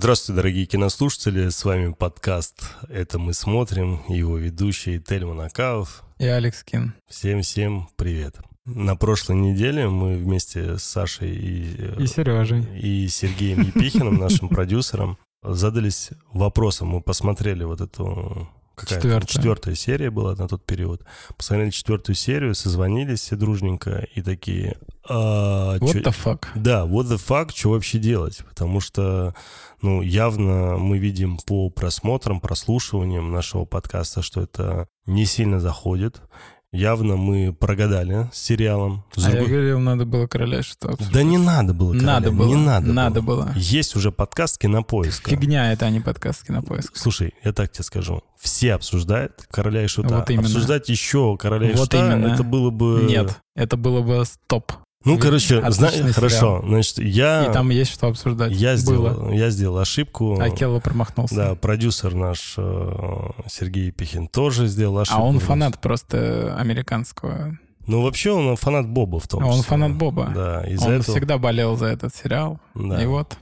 Здравствуйте, дорогие кинослушатели, с вами подкаст «Это мы смотрим», его ведущие Тельман Акаев и Алекс Кин. Всем привет. На прошлой неделе мы вместе с Сашей и Сережей и Сергеем Епихиным, нашим продюсером, задались вопросом. Мы посмотрели вот эту... Четвертая серия была на тот период. Посмотрели 4-ю серию, созвонились все дружненько и такие... What the fuck? Да, what the fuck, что вообще делать? Потому что, явно мы видим по просмотрам, прослушиваниям нашего подкаста, что это не сильно заходит. Явно мы прогадали с сериалом. Я говорил, надо было «Короля что-то обсуждать». Да не надо было «Короля», надо было. Есть уже подкаст «Кинопоиска». Фигня, это, а не подкаст «Кинопоиска». Слушай, я так тебе скажу. Все обсуждают «Короля и Шута». Вот именно. Обсуждать еще «Короля и вот Шута» именно. это было бы... Нет, это было бы стоп. Хорошо, значит, И там есть что обсуждать. Я сделал ошибку. Акелло промахнулся. Да, продюсер наш Сергей Епихин тоже сделал ошибку. А он фанат просто американского. Вообще он фанат Боба в том числе. Он фанат Боба. Да, он всегда болел за этот сериал. Да. И вот.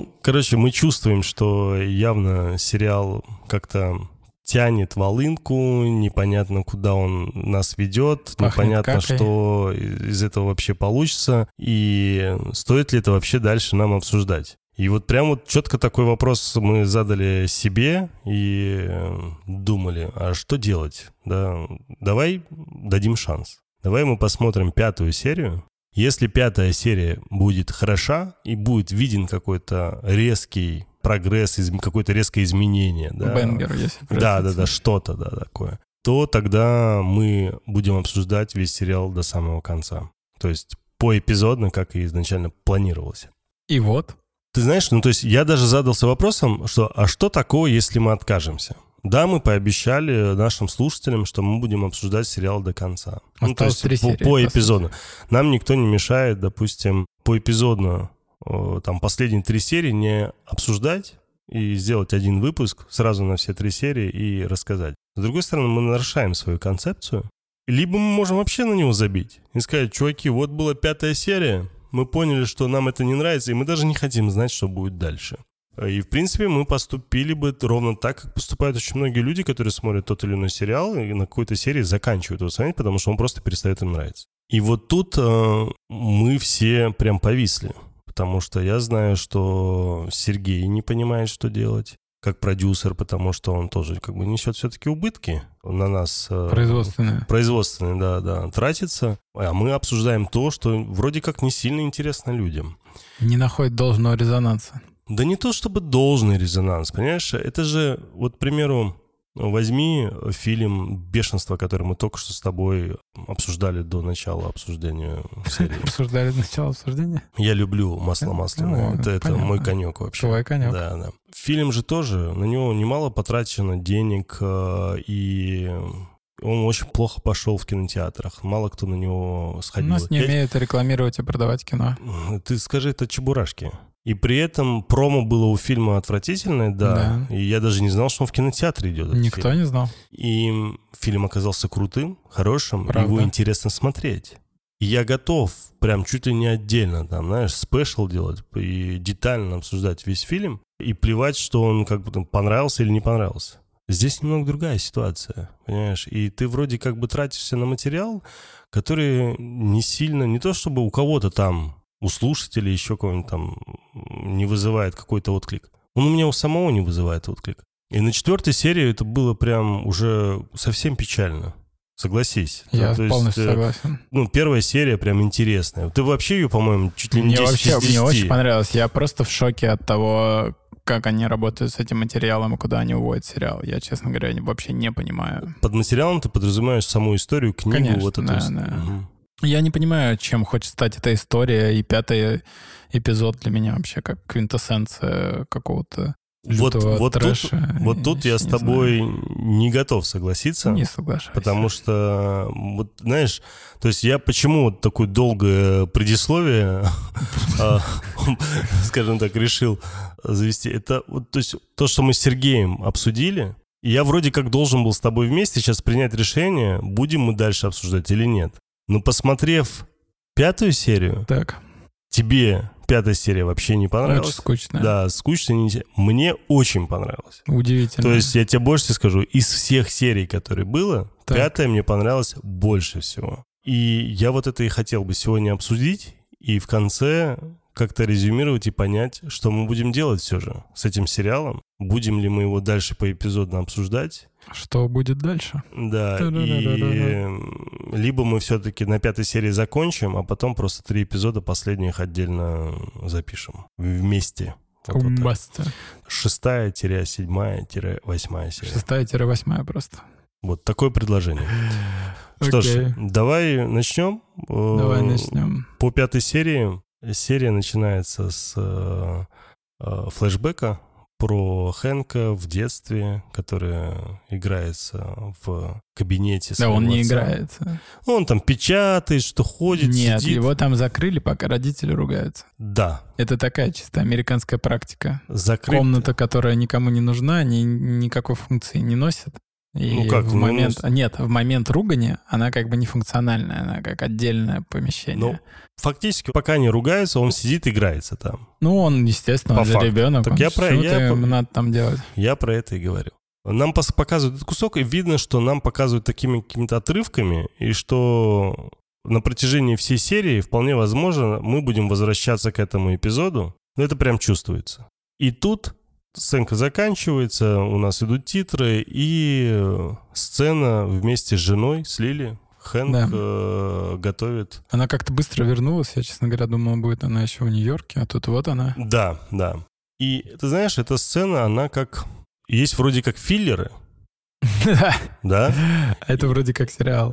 Мы чувствуем, что явно сериал как-то тянет волынку, непонятно, куда он нас ведет, непонятно, что из этого вообще получится, и стоит ли это вообще дальше нам обсуждать. И вот прям вот четко такой вопрос мы задали себе и думали, а что делать? Да, давай дадим шанс. Давай мы посмотрим 5-ю серию. Если 5-я серия будет хороша и будет виден какой-то резкий прогресс, какое-то резкое изменение. Да? Бенгер, если Да, что-то, такое. То тогда мы будем обсуждать весь сериал до самого конца. То есть поэпизодно, как и изначально планировалось. И вот. Ты знаешь, я даже задался вопросом, а что такое, если мы откажемся? Да, мы пообещали нашим слушателям, что мы будем обсуждать сериал до конца. Осталось 3 серии. Поэпизодно. Нам никто не мешает, допустим, поэпизодно там последние 3 серии не обсуждать и сделать один выпуск сразу на все 3 серии и рассказать. С другой стороны, мы нарушаем свою концепцию. Либо мы можем вообще на него забить и сказать, чуваки, вот была 5-я серия, мы поняли, что нам это не нравится, и мы даже не хотим знать, что будет дальше. И, в принципе, мы поступили бы ровно так, как поступают очень многие люди, которые смотрят тот или иной сериал и на какой-то серии заканчивают его смотреть, потому что он просто перестает им нравиться. И вот тут мы все прям повисли. Потому что я знаю, что Сергей не понимает, что делать, как продюсер, потому что он тоже несет все-таки убытки на нас. Производственные, да, тратится. А мы обсуждаем то, что вроде как не сильно интересно людям. Не находит должного резонанса. Да не то чтобы должный резонанс, понимаешь? Это же, к примеру, возьми фильм «Бешенство», который мы только что с тобой обсуждали до начала обсуждения серии. Обсуждали до начала обсуждения? Я люблю масло масляное. Это мой конек вообще. Твой конек. Да. Фильм же тоже, на него немало потрачено денег, и он очень плохо пошел в кинотеатрах. Мало кто на него сходил. У нас не умеют рекламировать и продавать кино. Ты скажи, это чебурашки. И при этом промо было у фильма отвратительное, да. И я даже не знал, что он в кинотеатре идет. Никто не знал. И фильм оказался крутым, хорошим, правда. Его интересно смотреть. И я готов прям чуть ли не отдельно, спешл делать и детально обсуждать весь фильм. И плевать, что он понравился или не понравился. Здесь немного другая ситуация, понимаешь? И ты вроде тратишься на материал, который не сильно, не то чтобы у кого-то там, у слушателей еще кого-нибудь там не вызывает какой-то отклик. Он у меня у самого не вызывает отклик. И на 4-й серии это было прям уже совсем печально. Согласись. Я полностью согласен. 1-я серия прям интересная. Ты вообще ее, по-моему, чуть ли не 10 из 10. Мне очень понравилось. Я просто в шоке от того, как они работают с этим материалом и куда они уводят сериал. Я, честно говоря, вообще не понимаю. Под материалом ты подразумеваешь саму историю, книгу. Конечно, вот эту. Да. Угу. Я не понимаю, чем хочет стать эта история, и 5-й эпизод для меня вообще как квинтэссенция какого-то лютого трэша. Тут я с тобой не готов согласиться. Не соглашаюсь. Потому что, знаешь, то есть я почему такое долгое предисловие, скажем так, решил завести. Это то есть то, что мы с Сергеем обсудили, и я вроде как должен был с тобой вместе сейчас принять решение, будем мы дальше обсуждать или нет. Но посмотрев 5-ю серию, так. тебе 5-я серия вообще не понравилась. Очень скучно. Да, скучно. Мне очень понравилось. Удивительно. То есть я тебе больше скажу, из всех серий, которые было, так. 5-я мне понравилась больше всего. И я вот это и хотел бы сегодня обсудить, и в конце как-то резюмировать и понять, что мы будем делать все же с этим сериалом. Будем ли мы его дальше поэпизодно обсуждать? Что будет дальше? Да, и либо мы все-таки на 5-й серии закончим, а потом просто 3 эпизода последних отдельно запишем вместе. Вот 6-я, 7-я, 8-я серия. 6-8 просто. Вот такое предложение. Что ж, давай начнем. Давай начнем. По 5-й серии серия начинается с флешбека про Хэнка в детстве, который играется в кабинете своего отца. Да, он не отца. играется. Он там печатает, что ходит, Нет, сидит. его там закрыли, пока родители ругаются. Да. Это такая чисто американская практика. Закрыт. Комната, которая никому не нужна, никакой функции не носит. И как? в момент ругани она как бы не функциональная, она как отдельное помещение. Ну, фактически, пока не ругаются, он сидит, играется там. Ну, он, естественно, он же ребенок. Так надо там делать? Я про это и говорю. Нам показывают этот кусок, и видно, что нам показывают такими какими-то отрывками, и что на протяжении всей серии, вполне возможно, мы будем возвращаться к этому эпизоду. Но это прям чувствуется. И тут сценка заканчивается, у нас идут титры, и сцена вместе с женой, с Лили. Хэнк готовит. Она как-то быстро вернулась, я, честно говоря, думал, будет она еще в Нью-Йорке, а тут вот она. Да. И ты знаешь, эта сцена, она как... Есть вроде как филлеры. Да? Это вроде как сериал.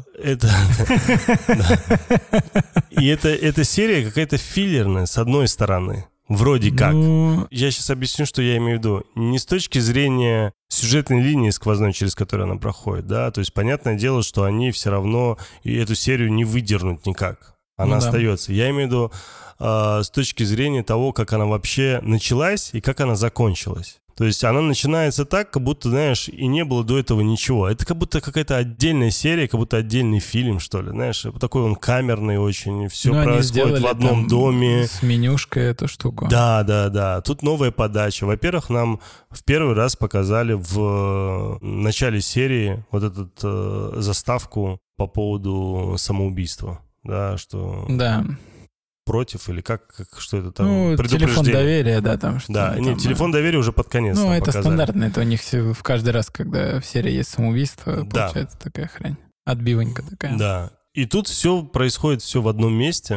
И эта серия какая-то филлерная, с одной стороны. Вроде как. Я сейчас объясню, что я имею в виду. Не с точки зрения сюжетной линии сквозной, через которую она проходит, да, то есть понятное дело, что они все равно эту серию не выдернут никак. Она остается. Я имею в виду с точки зрения того, как она вообще началась и как она закончилась. То есть она начинается так, как будто, знаешь, и не было до этого ничего. Это как будто какая-то отдельная серия, как будто отдельный фильм, что ли. Знаешь, такой он камерный очень, все происходит в одном доме. С менюшкой эту штуку. Да. Тут новая подача. Во-первых, нам в первый раз показали в начале серии вот эту заставку по поводу самоубийства. Да, что... Да. Против или что это там? Ну, телефон доверия, да, там что-то. Да, нет, телефон доверия уже под конец. Ну, это показали. Стандартно, это у них в каждый раз, когда в серии есть самоубийство, получается такая хрень. Отбивонька такая. Да. И тут все происходит все в одном месте.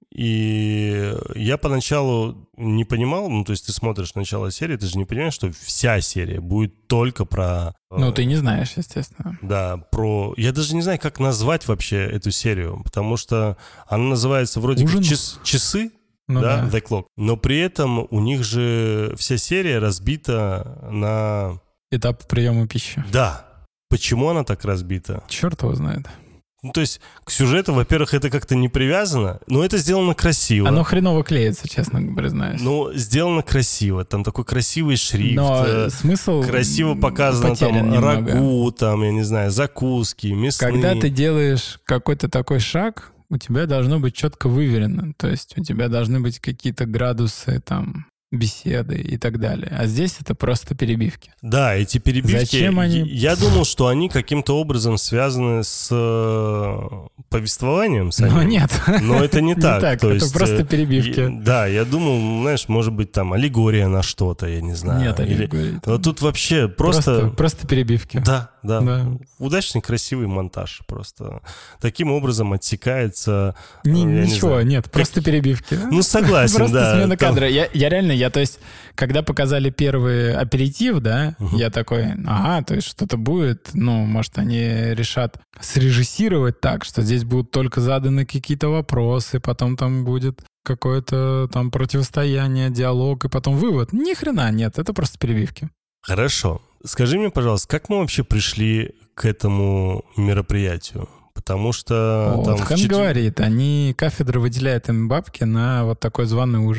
И я поначалу не понимал, ну, то есть ты смотришь начало серии, ты же не понимаешь, что вся серия будет только про... Ну, ты не знаешь, естественно. Да, про... Я даже не знаю, как назвать вообще эту серию, потому что она называется вроде как «Часы», ну, да, «The Clock», но при этом у них же вся серия разбита на... Этап приема пищи. Да. Почему она так разбита? Черт его знает. Ну, то есть к сюжету, во-первых, это как-то не привязано, но это сделано красиво. Оно хреново клеится, честно признаюсь. Ну, сделано красиво. Там такой красивый шрифт. Но смысл красиво показано там немного. рагу, там, я не знаю, закуски, мясные. Когда ты делаешь какой-то такой шаг, у тебя должно быть четко выверено. То есть у тебя должны быть какие-то градусы, там, беседы и так далее. А здесь это просто перебивки. Да, эти перебивки... Зачем они? Я думал, что они каким-то образом связаны с повествованием самим. Но нет. Но это не так. То это есть, просто перебивки. Да, я думал, знаешь, может быть, там аллегория на что-то, я не знаю. Нет аллегории. Но тут вообще просто перебивки. Да. Удачный, красивый монтаж просто. Таким образом отсекается... Ничего, нет, просто перебивки. Ну, согласен, да. Просто смена кадра. Я реально, то есть, когда показали первый аперитив, да, я такой, то есть что-то будет, ну, может, они решат срежиссировать так, что здесь будут только заданы какие-то вопросы, потом там будет какое-то там противостояние, диалог, и потом вывод. Ни хрена нет, это просто перебивки. Хорошо. Скажи мне, пожалуйста, как мы вообще пришли к этому мероприятию? Потому что... Вот Хэн говорит, кафедра выделяет им бабки на вот такой званый ужин.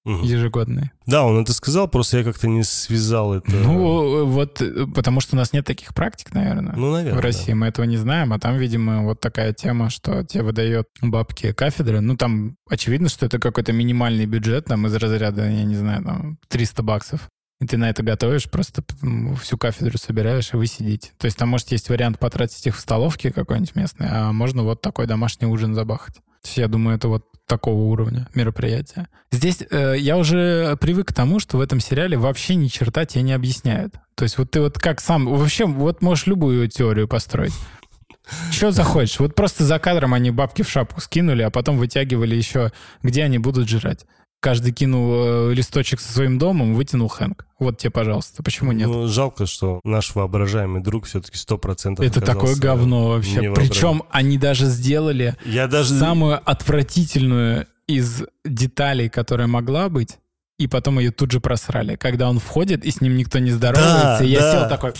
ежегодные. Да, он это сказал, просто я как-то не связал это. Ну, вот, потому что у нас нет таких практик, наверное. Ну, наверное, в России мы этого не знаем, а там, видимо, вот такая тема, что тебе выдает бабки кафедры. Ну, там очевидно, что это какой-то минимальный бюджет, там, из разряда, я не знаю, там, $300. И ты на это готовишь, просто всю кафедру собираешь, и вы сидите. То есть там, может, есть вариант потратить их в столовке какой-нибудь местной, а можно вот такой домашний ужин забахать. То есть я думаю, это вот такого уровня мероприятия. Здесь я уже привык к тому, что в этом сериале вообще ни черта тебе не объясняют. То есть вот ты вот как сам... Вообще вот можешь любую теорию построить. Что захочешь. Вот просто за кадром они бабки в шапку скинули, а потом вытягивали еще, где они будут жрать. Каждый кинул листочек со своим домом, вытянул Хэнк. Вот тебе, пожалуйста. Почему нет? Ну, жалко, что наш воображаемый друг все-таки 100% это такое говно вообще. Причем они даже сделали самую отвратительную из деталей, которая могла быть, и потом ее тут же просрали. Когда он входит, и с ним никто не здоровается, и я сел такой...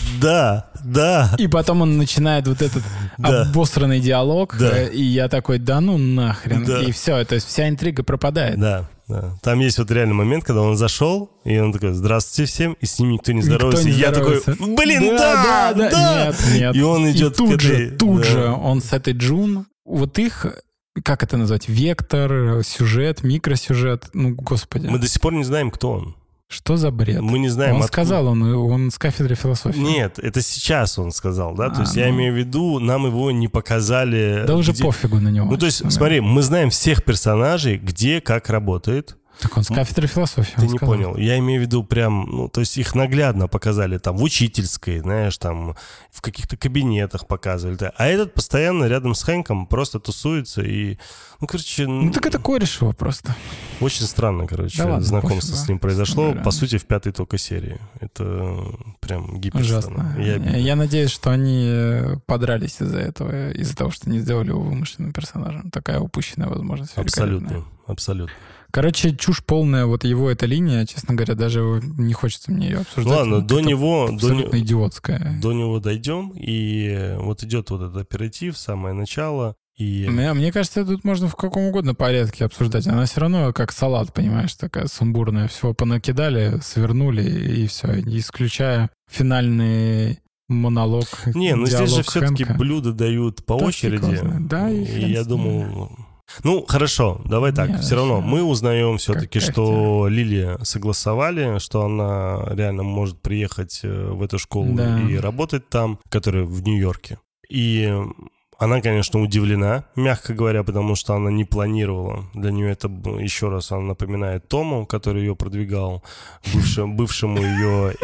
Да. И потом он начинает вот этот обосранный диалог, и я такой, да ну нахрен. И все, то есть вся интрига пропадает. Да. Там есть вот реальный момент, когда он зашел, и он такой, здравствуйте всем, и с ним никто не здоровается. И я такой, блин, да! Нет. И он идет и тут же он с этой Джун, вот их... Как это назвать? Вектор, сюжет, микросюжет. Ну, господи. Мы до сих пор не знаем, кто он. Что за бред? Мы не знаем, Он сказал, он с кафедры философии. Нет, это сейчас он сказал, да? То есть я имею в виду, нам его не показали... Да уже пофигу на него. Ну, то есть, смотри, мы знаем всех персонажей, где, как работает. Так он с кафедры философии. Ты не понял. Я имею в виду прям, ну, то есть их наглядно показали там в учительской, знаешь, там в каких-то кабинетах показывали. А этот постоянно рядом с Хэнком просто тусуется и, ну, короче... Ну, так это кореш его просто. Очень странно, короче, да ладно, знакомство пофигу. с ним произошло, по сути, в 5-й только серии. Это прям гиперстранно. Я надеюсь, что они подрались из-за этого, из-за того, что не сделали его вымышленным персонажем. Такая упущенная возможность. Абсолютно. Короче, чушь полная, вот его эта линия, честно говоря, даже не хочется мне ее обсуждать. Ладно, до него... Абсолютно идиотская. До него дойдем, и вот идет вот этот оператив, самое начало, и... Мне кажется, тут можно в каком угодно порядке обсуждать. Она все равно как салат, понимаешь, такая сумбурная. Всего понакидали, свернули, и все, исключая финальный... монолог. Не, ну здесь же все-таки блюда дают по очереди. Да, и я думал... Ну, хорошо, давай так. Все равно мы узнаем все-таки, что Лили согласовали, что она реально может приехать в эту школу и работать там, которая в Нью-Йорке. И она, конечно, удивлена, мягко говоря, потому что она не планировала. Для нее это, еще раз, она напоминает Тому, который ее продвигал, бывшему ее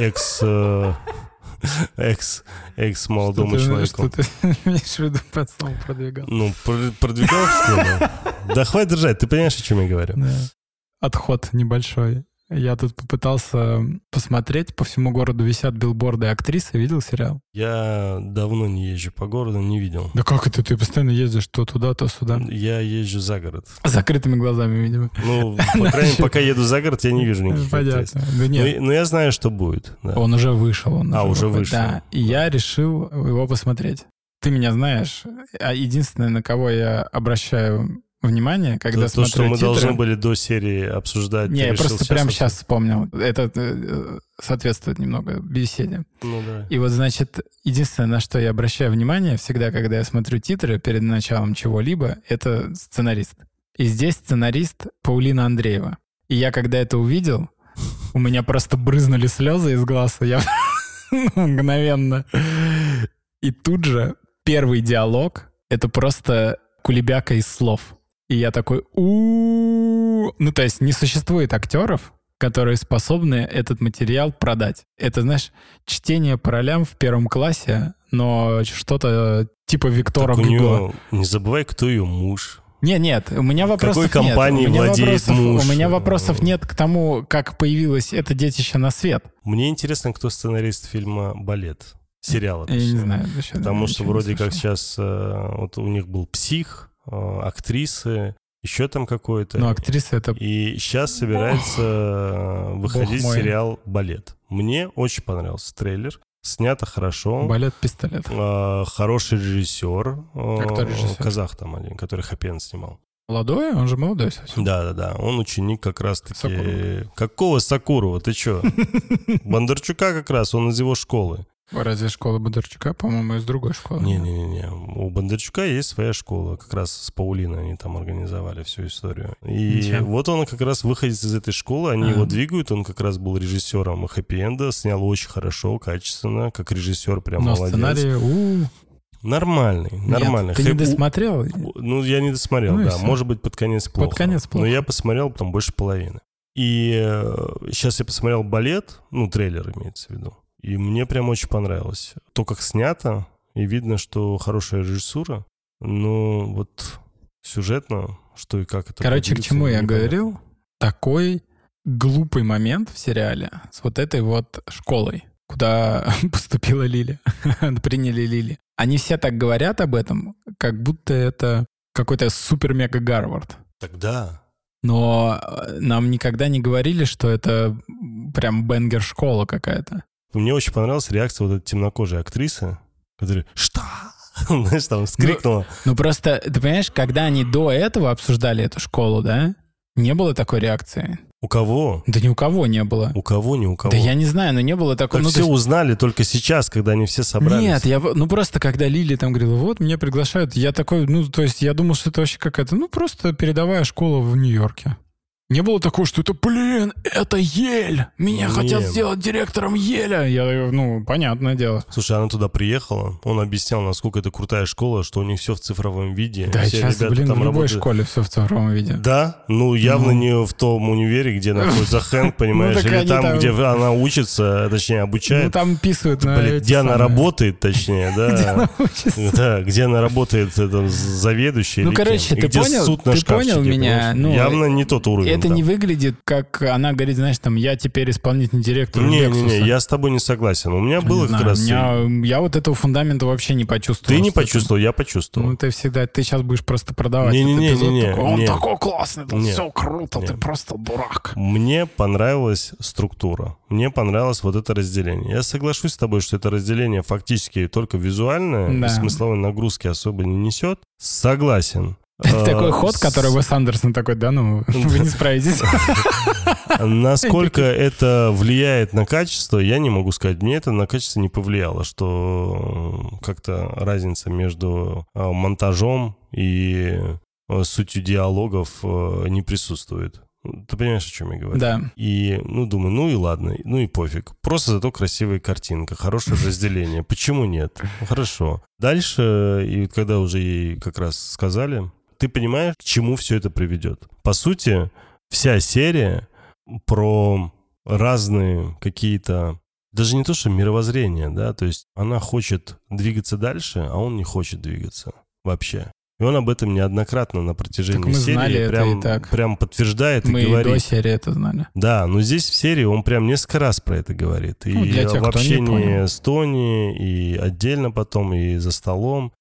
экс-молодому человеку. Что ты имеешь в виду под словом продвигал? Ну, продвигал, что ли? Да хватит держать, ты понимаешь, о чем я говорю? Да. Отход небольшой. Я тут попытался посмотреть, по всему городу висят билборды актрисы. Видел сериал? Я давно не езжу по городу, не видел. Да как это? Ты постоянно ездишь то туда, то сюда. Я езжу за город. С закрытыми глазами, видимо. Ну, по крайней мере, пока еду за город, я не вижу никаких актрис. Понятно. Да нет. Но я знаю, что будет. Да. Он уже вышел. Уже вышел. Да, и я решил его посмотреть. Ты меня знаешь. А единственное, на кого я обращаю внимание, когда смотрю то, что мы титры... должны были до серии обсуждать. Не, я просто прямо сейчас вспомнил. Это соответствует немного беседе. Ну да. И вот, значит, единственное, на что я обращаю внимание всегда, когда я смотрю титры перед началом чего-либо, это сценарист. И здесь сценарист Паулина Андреева. И я, когда это увидел, у меня просто брызнули слезы из глаз. Я мгновенно. И тут же первый диалог — это просто кулебяка из слов. И я такой, ну, то есть не существует актеров, которые способны этот материал продать. Это, знаешь, чтение по ролям в первом классе, но что-то типа Виктора Гюго. Не забывай, кто ее муж. Нет, у меня вопросов нет. Какой компанией владеет муж? У меня вопросов нет к тому, как появилось это детище на свет. Мне интересно, кто сценарист фильма «Балет». Сериала. Я не знаю. Потому что вроде как сейчас вот у них был «Псих», актрисы, еще там какой-то. Ну, актриса это... И сейчас собирается выходить сериал «Балет». Мне очень понравился трейлер. Снято хорошо. «Балет-пистолет». Хороший режиссер. А кто режиссер? Казах там один, который «Хэппи Энд» снимал. Молодой? Он же молодой совсем. Да. Он ученик как раз-таки... Сакурова. Какого Сакурова? Ты чё? Бондарчука как раз, он из его школы. Разве школа Бондарчука, по-моему, из другой школы? Не. У Бондарчука есть своя школа. Как раз с Паулиной они там организовали всю историю. И Ничего. вот он как раз выходит из этой школы, они его двигают. Он как раз был режиссером хэппи-энда, снял очень хорошо, качественно, как режиссер прям Но молодец. сценарий... Нормальный. Нет, ты не досмотрел? Ну, я не досмотрел, Ну и да. всё. Может быть, под конец плохо. Под конец плохо. Но я посмотрел там больше половины. И сейчас я посмотрел балет, трейлер имеется в виду. И мне прям очень понравилось. То, как снято, и видно, что хорошая режиссура. Но вот сюжетно, что и как это... Короче, к чему я непонятно. говорил? Такой глупый момент в сериале с вот этой вот школой, куда поступила Лили, приняли Лили. Они все так говорят об этом, как будто это какой-то супер-мега-Гарвард. Тогда... Но нам никогда не говорили, что это прям бенгер-школа какая-то. Мне очень понравилась реакция вот этой темнокожей актрисы, которая «Что?» Знаешь, там вскрикнула. Ну просто, ты понимаешь, когда они до этого обсуждали эту школу, да, не было такой реакции. У кого? Да ни у кого не было. У кого, ни у кого. Да я не знаю, но не было такого. Так все узнали только сейчас, когда они все собрались. Нет, просто когда Лили там говорила, вот, меня приглашают, я такой, то есть я думал, что это вообще какая-то, просто передовая школа в Нью-Йорке. Не было такого, что это, это Ель! Меня хотят сделать директором Еля! Я, понятное дело. Слушай, она туда приехала, он объяснял, насколько это крутая школа, что у них все в цифровом виде. Да, все сейчас, ребята там в любой работают. школе все в цифровом виде. Да, явно не в том универе, где находится Хэнк, понимаешь, так или они там, там- где она учится, точнее, обучает. Там писают на Блин, эти где она самые- работает, точнее, да. Где она учится. Да, где она работает, заведующей или короче, кем. И ты где понял? суд на Ты шкафчике, понял меня? понимаешь? Явно не тот уровень. Это там. не выглядит, как она говорит, знаешь, там, я теперь исполнительный директор Лексуса. Не, я с тобой не согласен. У меня было Не как знаю, раз... я вот этого фундамента вообще не почувствовал. Ты не что почувствовал, я почувствовал. ты сейчас будешь просто продавать Не-не-не, этот эпизод. не-не, Такой, Он не. такой классный, тут Не. все круто, Не. ты просто дурак. Мне понравилась структура. Мне понравилось вот это разделение. Я соглашусь с тобой, что это разделение фактически только визуальное, Да. и смысловой нагрузки особо не несет. Согласен. Такой ход, который Уэс Андерсон такой, вы не справитесь. Насколько это влияет на качество, я не могу сказать. Мне это на качество не повлияло, что как-то разница между монтажом и сутью диалогов не присутствует. Ты понимаешь, о чем я говорю? Да. И, думаю, и ладно, и пофиг. Просто зато красивая картинка, хорошее разделение. Почему нет? Хорошо. Дальше, и когда уже ей как раз сказали, ты понимаешь, к чему все это приведет. По сути, вся серия про разные какие-то, даже не то, что мировоззрение, да, то есть она хочет двигаться дальше, а он не хочет двигаться вообще. И он об этом неоднократно на протяжении Так мы серии знали это и так. прям подтверждает Мы и и говорит. до серии это знали. Да, но здесь в серии он прям несколько раз про это говорит. И Для тех, в кто не общении понял. с Тони, и отдельно потом, и за столом.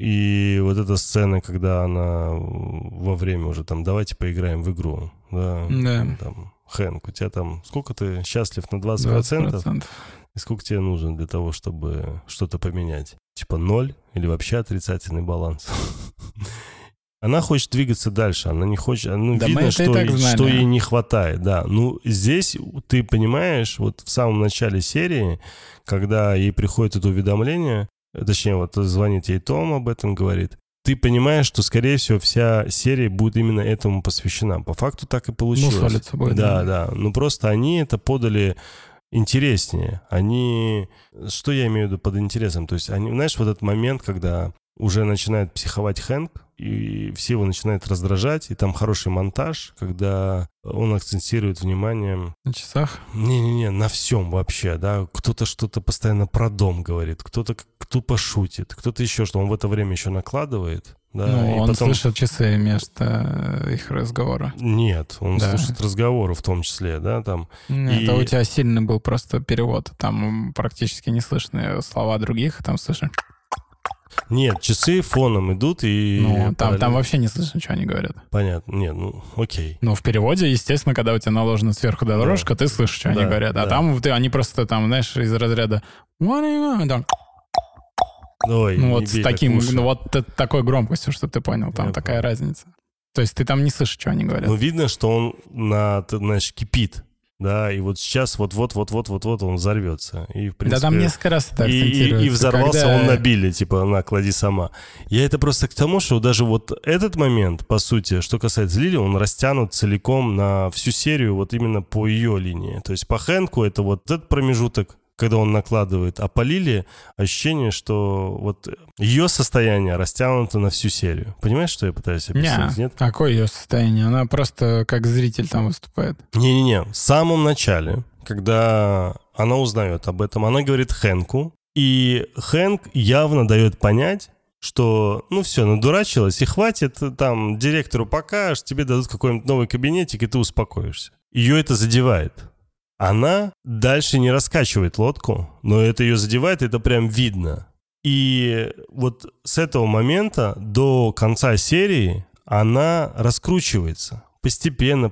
И вот эта сцена, когда она во время уже там, давайте поиграем в игру. Да. Да. Там, Хэнк, у тебя там, сколько ты счастлив на 20%? 20%. И сколько тебе нужно для того, чтобы что-то поменять? Типа 0 или вообще отрицательный баланс? Она хочет двигаться дальше, она не хочет... Да мы видно, это и так знали. что ей не хватает, да. Здесь ты понимаешь, вот в самом начале серии, когда ей приходит это уведомление, точнее, вот звонит ей Том, об этом говорит, ты понимаешь, что, скорее всего, вся серия будет именно этому посвящена. По факту так и получилось. Мусолится будет. Да. Просто они это подали интереснее. Что я имею в виду под интересом? То есть, они, знаешь, вот этот момент, когда уже начинает психовать Хэнк, и все его начинают раздражать, и там хороший монтаж, когда он акцентирует внимание... На часах? Не-не-не, на всем вообще, да. Кто-то что-то постоянно про дом говорит, кто-то тупо шутит, кто-то еще что. Он в это время еще накладывает, да. И Он потом... слышит часы вместо их разговора. Нет, он Да. слушает разговоры в том числе, да, там. Нет, И- это у тебя сильный был просто перевод. Там практически не слышны слова других, там слышно... Нет, часы фоном идут и... там параллельно- вообще не слышно, что они говорят. Понятно, нет, окей. Но в переводе, естественно, когда у тебя наложена сверху дорожка, ты слышишь, что они Да, говорят. А да. там они просто там, знаешь, из разряда... «What are you doing?» Там, Ой, ну не вот с бей таким, так в уши. такой громкостью, чтобы ты понял, там Я такая разница. То есть ты там не слышишь, что они говорят? Ну, видно, что он, знаешь, кипит. Да, и вот сейчас вот-вот он взорвется. И, в принципе, да, там несколько раз это акцентируется. И взорвался он на Билли, типа, на, клади сама. Я это просто к тому, что даже вот этот момент, по сути, что касается Лили, он растянут целиком на всю серию вот именно по ее линии. То есть по Хэнку это вот этот промежуток, когда он накладывает, а по Лили ощущение, что вот ее состояние растянуто на всю серию. Понимаешь, что я пытаюсь объяснить? Нет? Какое ее состояние? Она просто как зритель там выступает. Не-не-не, в самом начале, когда она узнает об этом, она говорит Хэнку, и Хэнк явно дает понять, что, ну все, надурачилась, и хватит, там, директору покажешь, тебе дадут какой-нибудь новый кабинетик, и ты успокоишься. Ее это задевает. Она дальше не раскачивает лодку, но это ее задевает, это прям видно. И вот с этого момента до конца серии она раскручивается. Постепенно.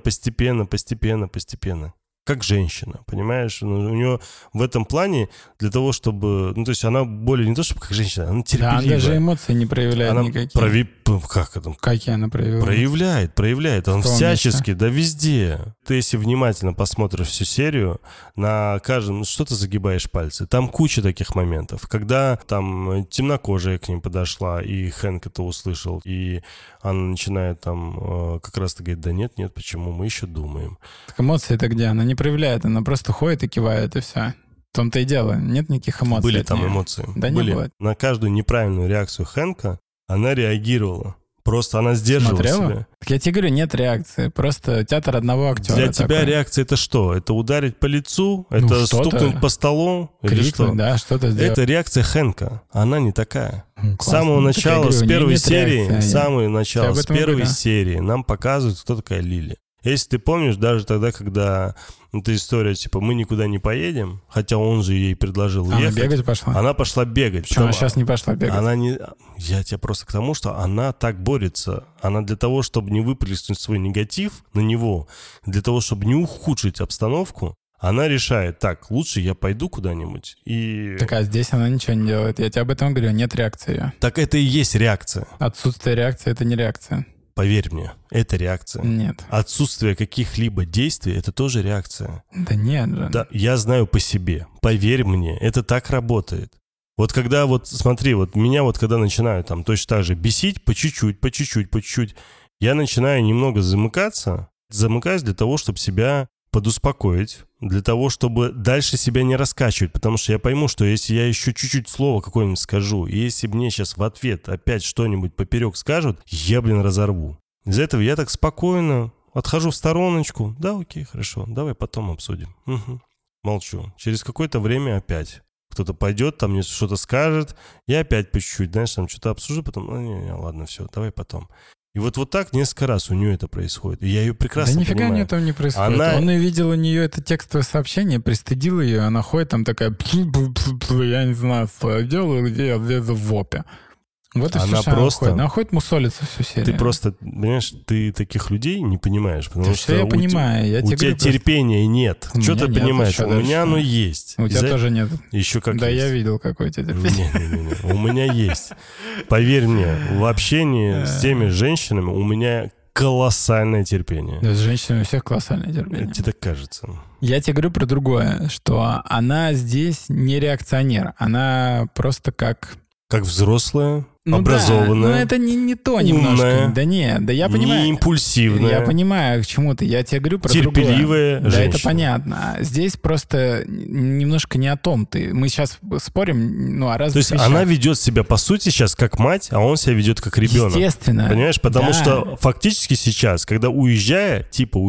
Как женщина, понимаешь? У нее в этом плане для того, чтобы... Ну, то есть она более не то, чтобы как женщина, она терпеливая. Да, она даже эмоции не проявляет она никакие. Как это? Какие она проявляет? Проявляет. Он всячески, да везде. Ты, если внимательно посмотришь всю серию, на каждом... Ну, что ты загибаешь пальцы? Там куча таких моментов. Когда там темнокожая к ним подошла, и Хэнк это услышал, и она начинает там как раз-то говорить, да нет, почему? Мы еще думаем. Так эмоции-то где? Она не проявляет, она просто ходит и кивает, и все. В том-то и дело. Нет никаких эмоций. Были там эмоции. Да были. Не было. На каждую неправильную реакцию Хэнка она реагировала. Просто она сдерживала себя. Так я тебе говорю, нет реакции. Просто театр одного актера. Для тебя реакция это что? Это ударить по лицу? Это стукнуть по столу? Крикнуть, что? Да, что-то сделать. Это реакция Хэнка. Она не такая. Классно. С самого начала, с первой серии, с серии нам показывают, кто такая Лили. Если ты помнишь, даже тогда, когда эта история, типа, мы никуда не поедем, хотя он же ей предложил уехать. Она бегать пошла? Она пошла бегать. Почему она сейчас не пошла бегать? Она не... Я тебе просто к тому, что она так борется. Она для того, чтобы не выплеснуть свой негатив на него, для того, чтобы не ухудшить обстановку, она решает, так, лучше я пойду куда-нибудь и... Так, а здесь она ничего не делает. Я тебе об этом говорю, нет реакции ее. Так это и есть реакция. Отсутствие реакции — это не реакция. Поверь мне, это реакция. Нет. Отсутствие каких-либо действий — это тоже реакция. Да нет же. Да, я знаю по себе. Поверь мне, это так работает. Вот когда вот, смотри, вот меня вот когда начинают там точно так же бесить по чуть-чуть, я начинаю немного замыкаться. Замыкаюсь для того, чтобы себя подуспокоить, для того, чтобы дальше себя не раскачивать, потому что я пойму, что если я еще чуть-чуть слово какое-нибудь скажу, и если мне сейчас в ответ опять что-нибудь поперек скажут, я, разорву. Из-за этого я так спокойно отхожу в стороночку. Да, окей, хорошо, давай потом обсудим. Угу. Молчу. Через какое-то время опять кто-то пойдет, там мне что-то скажет, я опять по чуть-чуть, знаешь, там что-то обсужу, потом, ладно, все, давай потом. И вот так несколько раз у нее это происходит. И я ее прекрасно понимаю. Да нифига у нее этого не происходит. Он увидел у нее это текстовое сообщение, пристыдил ее, она ходит там такая, я не знаю, что я делаю, где я влезу в опе. Вот и она все, просто... Она ходит мусолится всю серию. Ты просто, понимаешь, ты таких людей не понимаешь, потому что я понимаю. Я у тебя терпения нет. Что ты понимаешь? У меня оно есть. У тебя тоже нет. Еще как да, есть. Я видел, какое у тебя терпение. Не. У меня есть. Поверь мне, в общении с теми женщинами у меня колоссальное терпение. Да, с женщинами у всех колоссальное терпение. Тебе так кажется. Я тебе говорю про другое, что она здесь не реакционер. Она просто как взрослая, образованная, да, но это не то немножко. Умная, да нет, да я понимаю. Не импульсивная. Я понимаю, к чему ты. Я тебе говорю про терпеливая другое. женщина. Да, это понятно. Здесь просто немножко не о том. Мы сейчас спорим, о разных вещах. То есть она ведет себя, по сути, сейчас как мать, а он себя ведет как ребенок. Естественно. Понимаешь? Потому что фактически сейчас, когда уезжая,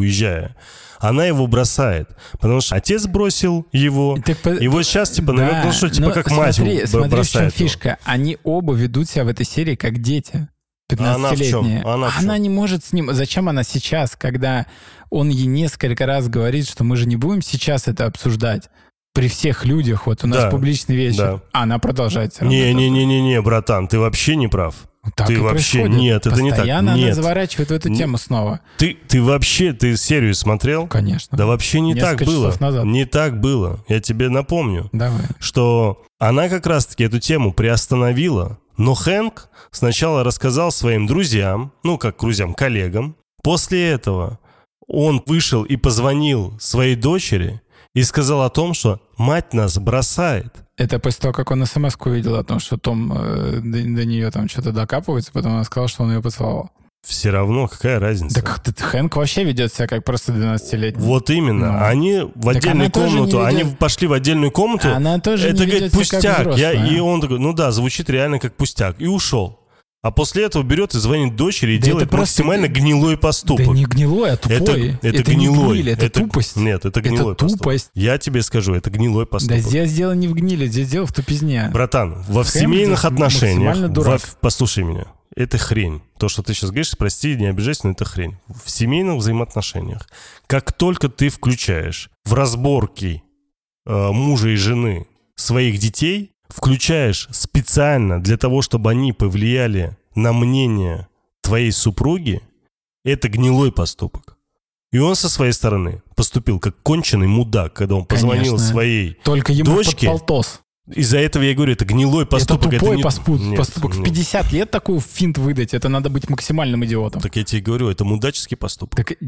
она его бросает. Потому что отец бросил его. И вот сейчас, наверное, как мать бросает. Смотри, в чем фишка. Они оба ведут себя в этой серии как дети. 15-летняя. Она не может с ним... Зачем она сейчас, когда он ей несколько раз говорит, что мы же не будем сейчас это обсуждать? При всех людях, вот у нас публичный вечер. Да. Она продолжает все равно. Не, братан, ты вообще не прав. Так ты вообще... происходит. Нет, это не так. Постоянно Нет. она заворачивает в эту тему снова. Ты серию смотрел? Конечно. Да вообще не Несколько так было. часов назад. Не так было. Я тебе напомню, Давай. что она как раз-таки эту тему приостановила, но Хэнк сначала рассказал своим друзьям, как друзьям, коллегам. После этого он вышел и позвонил своей дочери и сказал о том, что мать нас бросает. Это после того, как он смс-ку увидел о том, что Том до нее там что-то докапывается, потом она сказала, что он ее поцеловал. Все равно, какая разница? Так Хэнк вообще ведет себя как просто 12-летний. Вот именно. Ну. Они в отдельную комнату, они пошли в отдельную комнату. Она тоже это, не говорит, ведет себя как пустяк. взрослая. И он такой, звучит реально как пустяк. И ушел. А после этого берет и звонит дочери и Да делает это просто максимально гнилой поступок. Да не гнилой, а тупой. Это не гнилой. гниль, это тупость. Нет, это гнилой поступок. тупость. Я тебе скажу, это гнилой поступок. Да здесь дело не в гниле, здесь дело в тупизне. Братан, во Хэм семейных отношениях... максимально дурак. Послушай меня. Это хрень. То, что ты сейчас говоришь, прости, не обижайся, но это хрень. В семейных взаимоотношениях, как только ты включаешь в разборки мужа и жены своих детей, включаешь специально для того, чтобы они повлияли на мнение твоей супруги, это гнилой поступок. И он со своей стороны поступил как конченый мудак, когда он позвонил Конечно. своей Только ему дочке. под полтос. Из-за этого я говорю, это гнилой поступок. Это тупой не... поступок. В 50 лет такой финт выдать, это надо быть максимальным идиотом. Так я тебе говорю, это мудаческий поступок. Так,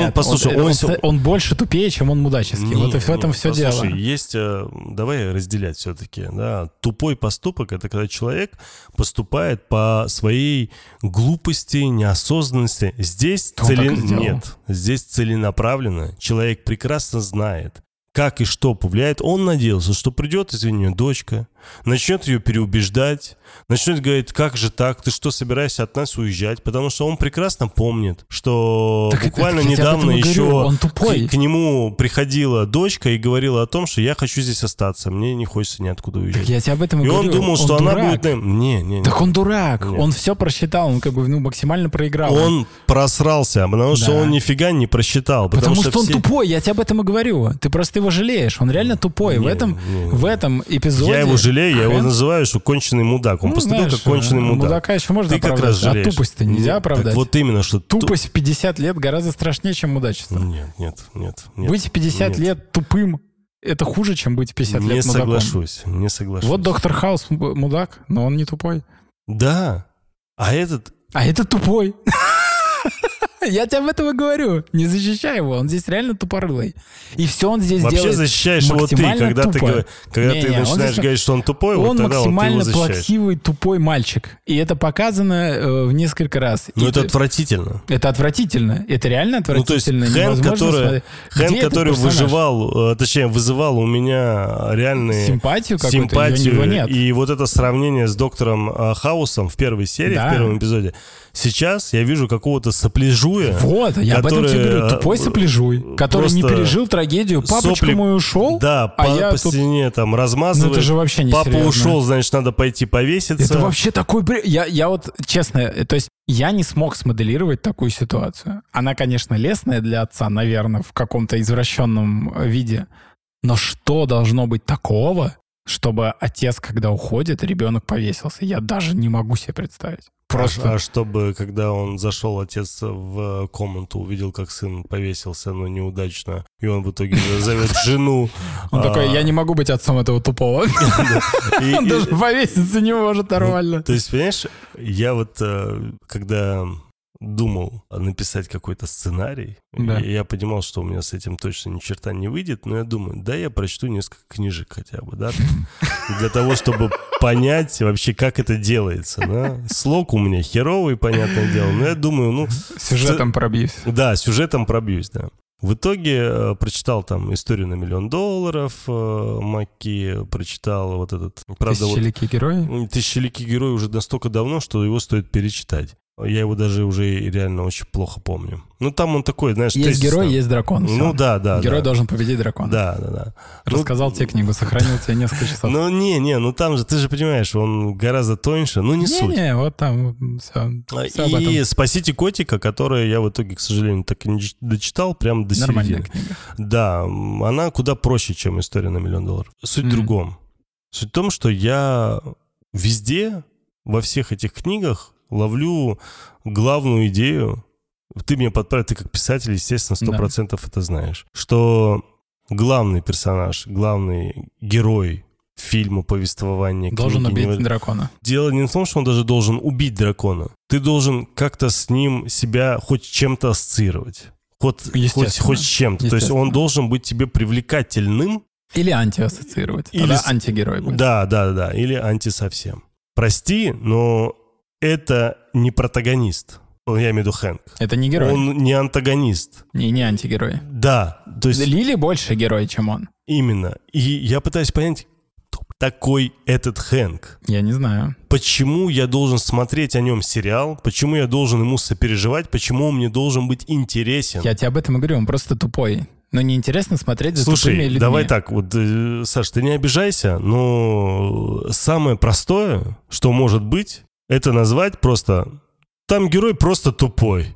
он больше тупее, чем он мудаческий. Вот и в этом все дело. Слушай, есть, давай разделять все-таки. Да, тупой поступок — это когда человек поступает по своей глупости, неосознанности. Здесь здесь целенаправленно. Человек прекрасно знает, как и что повлияет. Он надеялся, что придет, извини, дочка, начнет ее переубеждать, начнет говорить, как же так, ты что, собираешься от нас уезжать? Потому что он прекрасно помнит, что буквально недавно еще к нему приходила дочка и говорила о том, что я хочу здесь остаться, мне не хочется никуда уезжать. Так я тебе об этом и говорю. Он думал, что дурак. она будет... Не. Так он дурак, Нет. он все просчитал, он максимально проиграл. Он просрался, потому что он нифига не просчитал. Потому что он тупой, я тебе об этом и говорю. Ты просто его жалеешь, он реально тупой. В этом эпизоде... Я его жалею, я его называю, что конченый мудак. Он поступил как конченый мудак. Мудака еще можно оправдать, как раз жалеешь. А тупость-то нельзя оправдать. Так вот именно, что... Тупость в 50 лет гораздо страшнее, чем мудачество. Нет. Быть в 50 лет тупым — это хуже, чем быть в 50 лет мудаком. Не соглашусь. Вот Доктор Хаус мудак, но он не тупой. Да. А этот тупой. Я тебе об этом и говорю. Не защищай его, он здесь реально тупорылый. И все он здесь вообще делает защищаешь его ты, когда тупо. ты начинаешь говорить, что он тупой, он вот тогда максимально ты его защищаешь. плаксивый, тупой мальчик. И это показано в несколько раз. Но это отвратительно. Это отвратительно. Это реально отвратительно. Ну, то есть Хэнк, который вызывал у меня реальную симпатию. И вот это сравнение с доктором Хаусом в первой серии, в первом эпизоде. Сейчас я вижу какого-то сопляжуя. Вот, я об этом тебе говорю. Тупой сопляжуй, который не пережил трагедию. Папочка мой ушел, да, по стене там размазывает. Ну это же вообще не Папа серьезно. ушел, значит, надо пойти повеситься. Это вообще такой бред. Я вот, честно, то есть я не смог смоделировать такую ситуацию. Она, конечно, лестная для отца, наверное, в каком-то извращенном виде. Но что должно быть такого, чтобы отец, когда уходит, ребенок повесился? Я даже не могу себе представить. Просто. А чтобы, когда он зашел, отец в комнату, увидел, как сын повесился, но неудачно, и он в итоге зовет жену. Он такой, я не могу быть отцом этого тупого. Он даже повеситься не может нормально. То есть, понимаешь, я вот, когда думал написать какой-то сценарий, я понимал, что у меня с этим точно ни черта не выйдет, но я думаю, я прочту несколько книжек хотя бы, да, для того, чтобы понять вообще, как это делается, да. Слог у меня херовый, понятное дело, но я думаю, сюжетом пробьюсь. Да, сюжетом пробьюсь, да. В итоге прочитал там «Историю на $1 000 000», Макки, прочитал вот этот... «Тысячеликий герой»? «Тысячеликий герой» уже настолько давно, что его стоит перечитать. Я его даже уже реально очень плохо помню. Ну, там он такой, знаешь... Есть герой, есть дракон. Все. Ну, да. Герой должен победить дракона. Да. Рассказал тебе книгу, сохранил тебе несколько часов. Ну там же, ты же понимаешь, он гораздо тоньше, не суть. Вот там все об этом. И «Спасите котика», которую я в итоге, к сожалению, так и не дочитал, прям до середины. Нормальная книга. Да, она куда проще, чем «История на $1 000 000». Суть в другом. Суть в том, что я везде, во всех этих книгах, ловлю главную идею. Ты меня подправил, ты как писатель, естественно, 100% это знаешь. Что главный персонаж, главный герой фильма, повествования, должен книги, убить дракона. Дело не в том, что он даже должен убить дракона. Ты должен как-то с ним себя хоть чем-то ассоциировать. Хоть с чем-то. То есть он должен быть тебе привлекательным. Или антиассоциировать. Тогда антигерой будет. Да. Или анти совсем. Прости, но это не протагонист. Я имею в виду Хэнк. Это не герой. Он не антагонист. И не антигерой. Да. То есть... Лили больше герой, чем он. Именно. И я пытаюсь понять, кто такой этот Хэнк. Я не знаю. Почему я должен смотреть о нем сериал? Почему я должен ему сопереживать? Почему он мне должен быть интересен? Я тебе об этом и говорю, он просто тупой. Но неинтересно смотреть за тупыми людьми. Давай так, вот, Саш, ты не обижайся, но самое простое, что может быть, это назвать просто... Там герой просто тупой.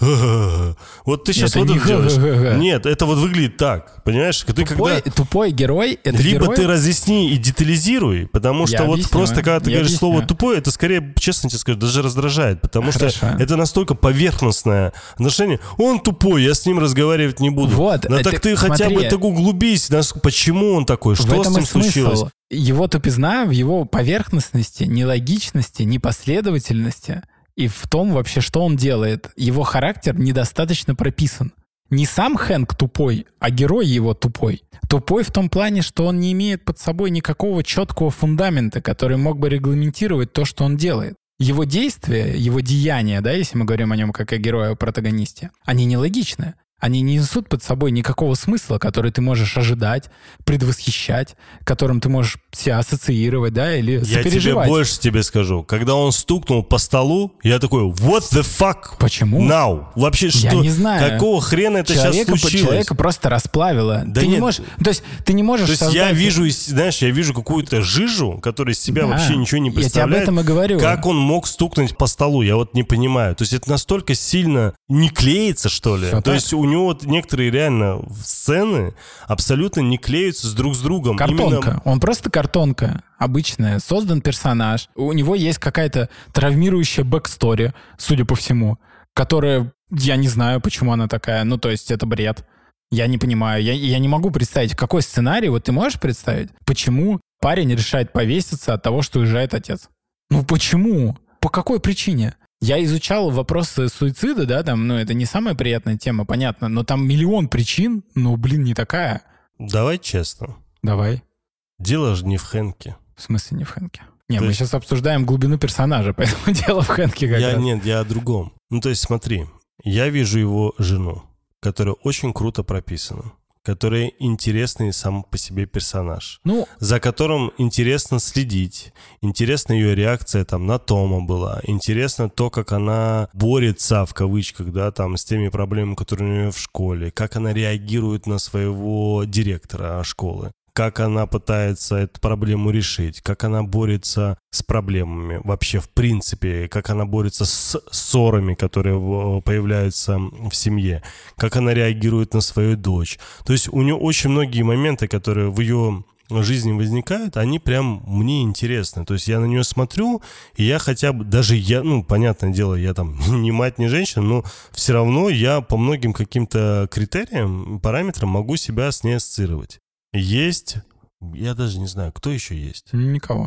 Вот ты сейчас вот это делаешь. Нет, это вот выглядит так. Понимаешь? Тупой герой, это либо герой... ты разъясни и детализируй, потому что вот просто когда ты говоришь слово тупой, это скорее, честно тебе скажу, даже раздражает. Потому что это настолько поверхностное отношение. Он тупой, я с ним разговаривать не буду. Вот, но так ты хотя бы так углубись. Почему он такой? Что с ним случилось? Его тупизна в его поверхностности, нелогичности, непоследовательности... И в том вообще, что он делает. Его характер недостаточно прописан. Не сам Хэнк тупой, а герой его тупой. Тупой в том плане, что он не имеет под собой никакого четкого фундамента, который мог бы регламентировать то, что он делает. Его действия, его деяния, да, если мы говорим о нем как о герое, о протагонисте, они нелогичны. Они не несут под собой никакого смысла, который ты можешь ожидать, предвосхищать, которым ты можешь себя ассоциировать, да, или сопереживать. Я тебе больше тебе скажу. Когда он стукнул по столу, я такой, what the fuck? Почему? Now. Вообще что? Я не знаю. Какого хрена это сейчас случилось? Человека просто расплавило. Да ты нет. не можешь, то есть ты не можешь создать... я вижу, знаешь, какую-то жижу, которая из себя вообще ничего не представляет. Я тебе об этом и говорю. Как он мог стукнуть по столу? Я вот не понимаю. То есть это настолько сильно не клеится, что ли? То есть у него вот некоторые реально сцены абсолютно не клеются друг с другом. Картонка. Именно... Он просто картонка обычная. Создан персонаж. У него есть какая-то травмирующая бэкстори, судя по всему, которая... Я не знаю, почему она такая. Ну, то есть это бред. Я не понимаю. Я не могу представить, какой сценарий, вот ты можешь представить, почему парень решает повеситься от того, что уезжает отец? Ну, почему? По какой причине? Я изучал вопросы суицида, да, там, ну, это не самая приятная тема, понятно, но там миллион причин, ну, блин, не такая. Давай честно. Давай. Дело же не в Хэнке. В смысле не в Хэнке? Не, мы сейчас обсуждаем глубину персонажа, поэтому дело в Хэнке как раз. Нет, я о другом. Ну, то есть смотри, я вижу его жену, которая очень круто прописана, которая интересный сам по себе персонаж, за которым интересно следить, интересна ее реакция там на Тома была, интересно то, как она борется, в кавычках, да, там, с теми проблемами, которые у нее в школе, как она реагирует на своего директора школы, как она пытается эту проблему решить, как она борется с проблемами вообще в принципе, как она борется с ссорами, которые появляются в семье, как она реагирует на свою дочь. То есть у нее очень многие моменты, которые в ее жизни возникают, они прям мне интересны. То есть я на нее смотрю, и я хотя бы, даже я, ну, понятное дело, я там не мать, не женщина, но все равно я по многим каким-то критериям, параметрам могу себя с ней ассоциировать. Есть, я даже не знаю, кто еще есть. Никого.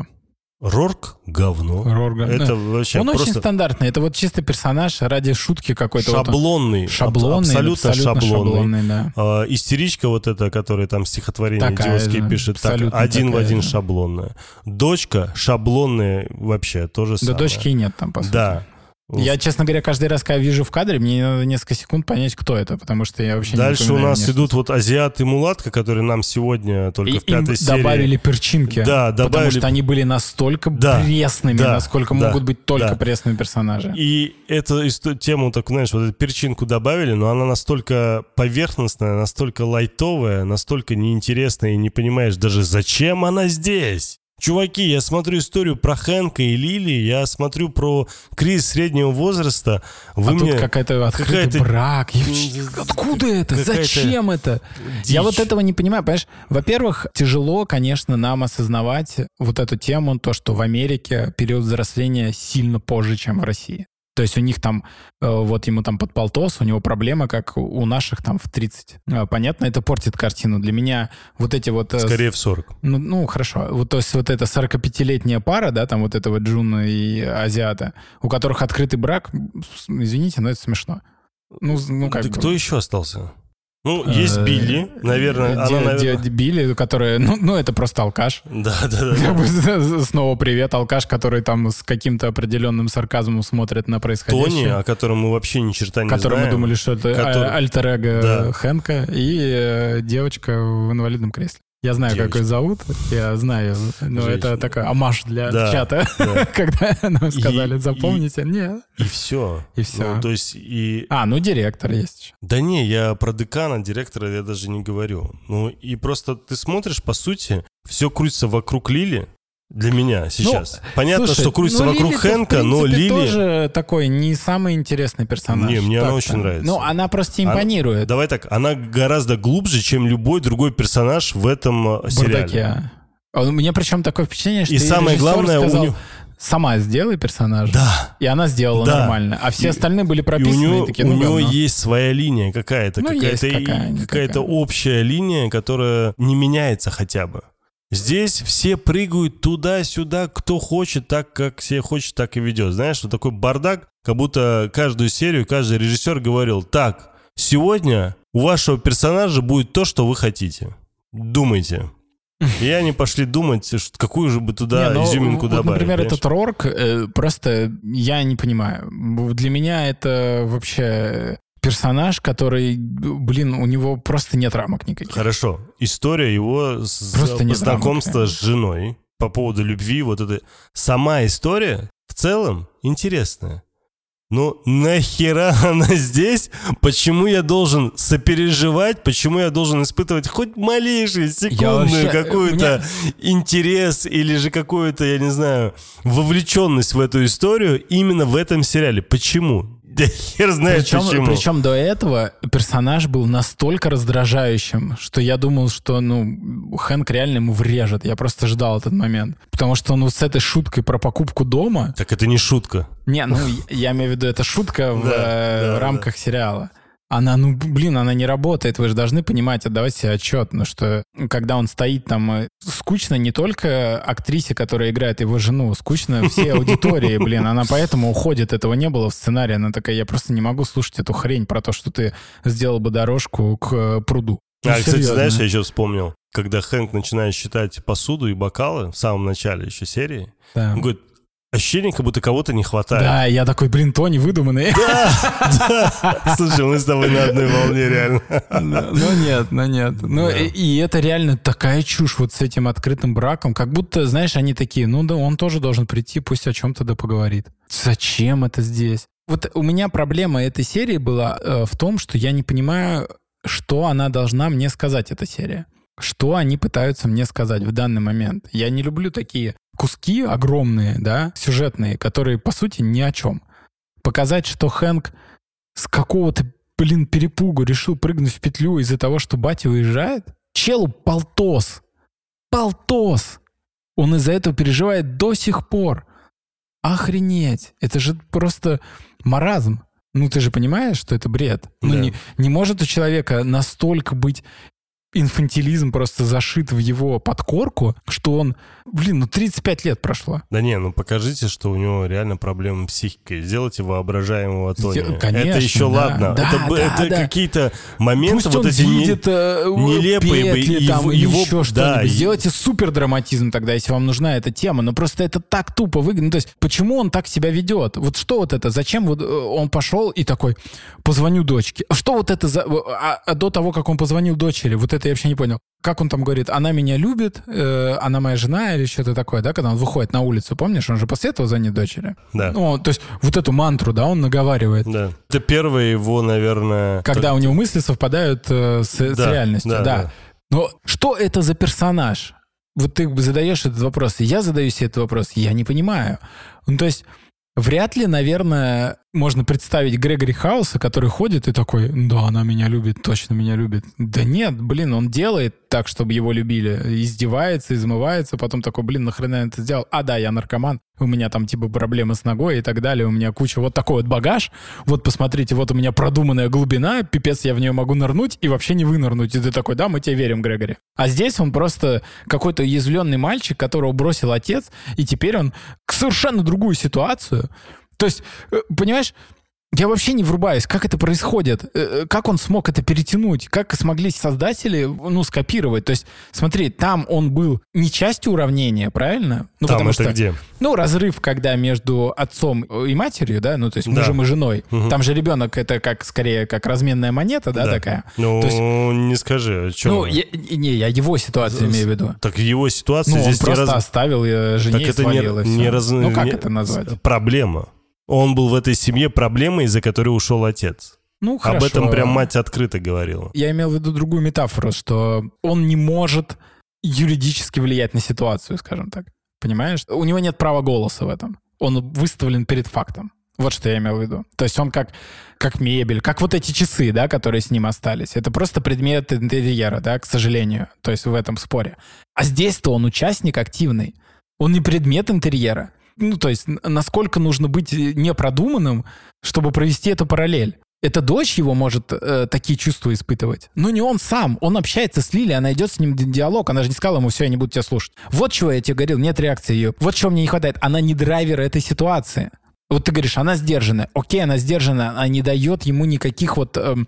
Рорк говно. Это вообще он просто... очень стандартный. Это вот чисто персонаж ради шутки какой-то. Шаблонный. Шаблонный. Абсолютно шаблонный. Да. Истеричка вот эта, которая там стихотворение идиотские пишет, так, один в один шаблонная. Дочка шаблонная вообще, тоже самое. Да дочки и нет там, по сути. Да. Я, честно говоря, каждый раз, когда вижу в кадре, мне надо несколько секунд понять, кто это, потому что я вообще дальше не понимаю. Дальше у нас идут вот азиат и мулатка, которые нам сегодня только в 5-й серии... добавили перчинки, да, потому что они были настолько пресными, насколько могут быть только пресные персонажи. И эту тему, так, знаешь, вот эту перчинку добавили, но она настолько поверхностная, настолько лайтовая, настолько неинтересная, и не понимаешь даже, зачем она здесь. Чуваки, я смотрю историю про Хэнка и Лили, я смотрю про кризис среднего возраста. Вы мне... тут какой-то открытый брак. Откуда это? Зачем это? Дичь. Я вот этого не понимаю, понимаешь? Во-первых, тяжело, конечно, нам осознавать вот эту тему, то, что в Америке период взросления сильно позже, чем в России. То есть у них там, вот ему там под полтос, у него проблема, как у наших там в 30. Понятно, это портит картину. Для меня вот эти вот... Скорее в 40. Ну хорошо. Вот, то есть вот эта 45-летняя пара, да, там вот этого Джуна и азиата, у которых открытый брак, извините, но это смешно. Ну как да кто еще остался? Ну, есть Билли, наверное. Билли, которая, ну, это просто алкаш. Да. Снова привет, алкаш, который там с каким-то определенным сарказмом смотрит на происходящее. Тони, о котором мы вообще ни черта не знаем. Которым мы думали, что это альтер-эго Хэнка, и девочка в инвалидном кресле. Я знаю, как ее зовут, я знаю, но женщина. Это такой омаж для чата, когда нам сказали, запомните. Нет. И все. Ну, то есть директор есть. Да не, я про декана, директора я даже не говорю. Ну, и просто ты смотришь, по сути, все крутится вокруг Лили. Для меня сейчас. Понятно, что крутится вокруг Хэнка, но Лили... тоже такой не самый интересный персонаж. Не, мне она очень нравится. Ну, она просто импонирует. Давай так, она гораздо глубже, чем любой другой персонаж в этом сериале. Мне причем такое впечатление, что и самое главное, сказал, сама сделай персонажа. Да. И она сделала нормально. А все остальные были прописаны. У него есть своя линия какая-то. Какая-то общая линия, которая не меняется хотя бы. Здесь все прыгают туда-сюда, кто хочет, так, как себе хочет, так и ведет. Знаешь, вот такой бардак, как будто каждую серию каждый режиссер говорил: так, сегодня у вашего персонажа будет то, что вы хотите. Думайте. И они пошли думать, какую же бы туда изюминку добавить. Например, этот Рорк, просто я не понимаю. Для меня это вообще... персонаж, который, у него просто нет рамок никаких. Хорошо. История его знакомства с женой по поводу любви, вот эта сама история в целом интересная. Но нахера она здесь? Почему я должен сопереживать? Почему я должен испытывать хоть малейшую секундную какую-то интерес или же какую-то, я не знаю, вовлеченность в эту историю именно в этом сериале? Почему? Да хер знает почему. Причем до этого персонаж был настолько раздражающим, что я думал, что, Хэнк реально ему врежет. Я просто ждал этот момент. Потому что он с этой шуткой про покупку дома... Так это не шутка. Не, я имею в виду, это шутка в рамках сериала. Она, она не работает. Вы же должны понимать, отдавать себе отчет, что когда он стоит там, скучно не только актрисе, которая играет его жену, скучно всей аудитории, она поэтому уходит. Этого не было в сценарии. Она такая: я просто не могу слушать эту хрень про то, что ты сделал бы дорожку к пруду. Кстати, знаешь, я еще вспомнил, когда Хэнк начинает считать посуду и бокалы в самом начале еще серии, он говорит: ощущение, как будто кого-то не хватает. Да, я такой, Тони выдуманный. Да. Слушай, мы с тобой на одной волне, реально. Нет. И это реально такая чушь вот с этим открытым браком. Как будто, знаешь, они такие: он тоже должен прийти, пусть о чем-то поговорит. Зачем это здесь? Вот у меня проблема этой серии была в том, что я не понимаю, что она должна мне сказать, эта серия. Что они пытаются мне сказать в данный момент. Я не люблю такие куски огромные, сюжетные, которые, по сути, ни о чем. Показать, что Хэнк с какого-то, перепугу решил прыгнуть в петлю из-за того, что батя уезжает? Челу полтос. Он из-за этого переживает до сих пор. Охренеть. Это же просто маразм. Ты же понимаешь, что это бред. Да. Не может у человека настолько быть... инфантилизм просто зашит в его подкорку, что он, 35 лет прошло. Да не, покажите, что у него реально проблемы с психикой. Сделайте воображаемого Тони. Конечно, это еще ладно. Это какие-то моменты, пусть вот он эти видит нелепые. Петли, там, его, еще что-нибудь. Сделайте супердраматизм тогда, если вам нужна эта тема. Но просто это так тупо выглядит. То есть, почему он так себя ведет? Вот что вот это? Зачем он пошел и такой: позвоню дочке? Что вот это за... А до того, как он позвонил дочери, вот это я вообще не понял. Как он там говорит: она меня любит, она моя жена или что-то такое, когда он выходит на улицу, помнишь? Он же после этого звонит дочери. Да. То есть вот эту мантру, он наговаривает. Да. Это первое его, наверное... Когда у него мысли совпадают с реальностью. Да. Но что это за персонаж? вот ты задаешь этот вопрос, и я задаю себе этот вопрос, я не понимаю. Ну, то есть вряд ли, наверное, можно представить Грегори Хауса, который ходит и такой, да, она меня любит, точно меня любит. Да нет, блин, он делает так, чтобы его любили, издевается, измывается, потом такой, блин, нахрена я это сделал? А, да, я наркоман, у меня там типа проблемы с ногой и так далее, у меня куча вот такой вот багаж, вот посмотрите, вот у меня продуманная глубина, пипец, я в нее могу нырнуть и вообще не вынырнуть. И ты такой, да, мы тебе верим, Грегори. А здесь он просто какой-то уязвленный мальчик, которого бросил отец, и теперь он к совершенно другую ситуацию. То есть, понимаешь, я вообще не врубаюсь, как это происходит, как он смог это перетянуть, как смогли создатели, скопировать. То есть, смотри, там он был не частью уравнения, правильно? Ну, там это где? Разрыв, когда между отцом и матерью, да, то есть мужем и женой. Угу. Там же ребенок, это скорее как разменная монета, да, такая? Ну, то есть, не скажи, о чем? Я его ситуацию имею в виду. Так его ситуация здесь он просто оставил жене и свалил, и все. Как это назвать? Проблема. Он был в этой семье проблемой, из-за которой ушел отец. Хорошо. Об этом прям мать открыто говорила. Я имел в виду другую метафору, что он не может юридически влиять на ситуацию, скажем так. Понимаешь? У него нет права голоса в этом. Он выставлен перед фактом. Вот что я имел в виду. То есть он как мебель, как вот эти часы, да, которые с ним остались. Это просто предмет интерьера, да, к сожалению. То есть в этом споре. А здесь-то он участник активный. Он не предмет интерьера. То есть насколько нужно быть непродуманным, чтобы провести эту параллель. Эта дочь его может такие чувства испытывать. Но не он сам. Он общается с Лили, она идет с ним в диалог. Она же не сказала ему, все, я не буду тебя слушать. Вот чего я тебе говорил, нет реакции ее. Вот чего мне не хватает. Она не драйвер этой ситуации. Вот ты говоришь, она сдержанная. Окей, она сдержанная, она не дает ему никаких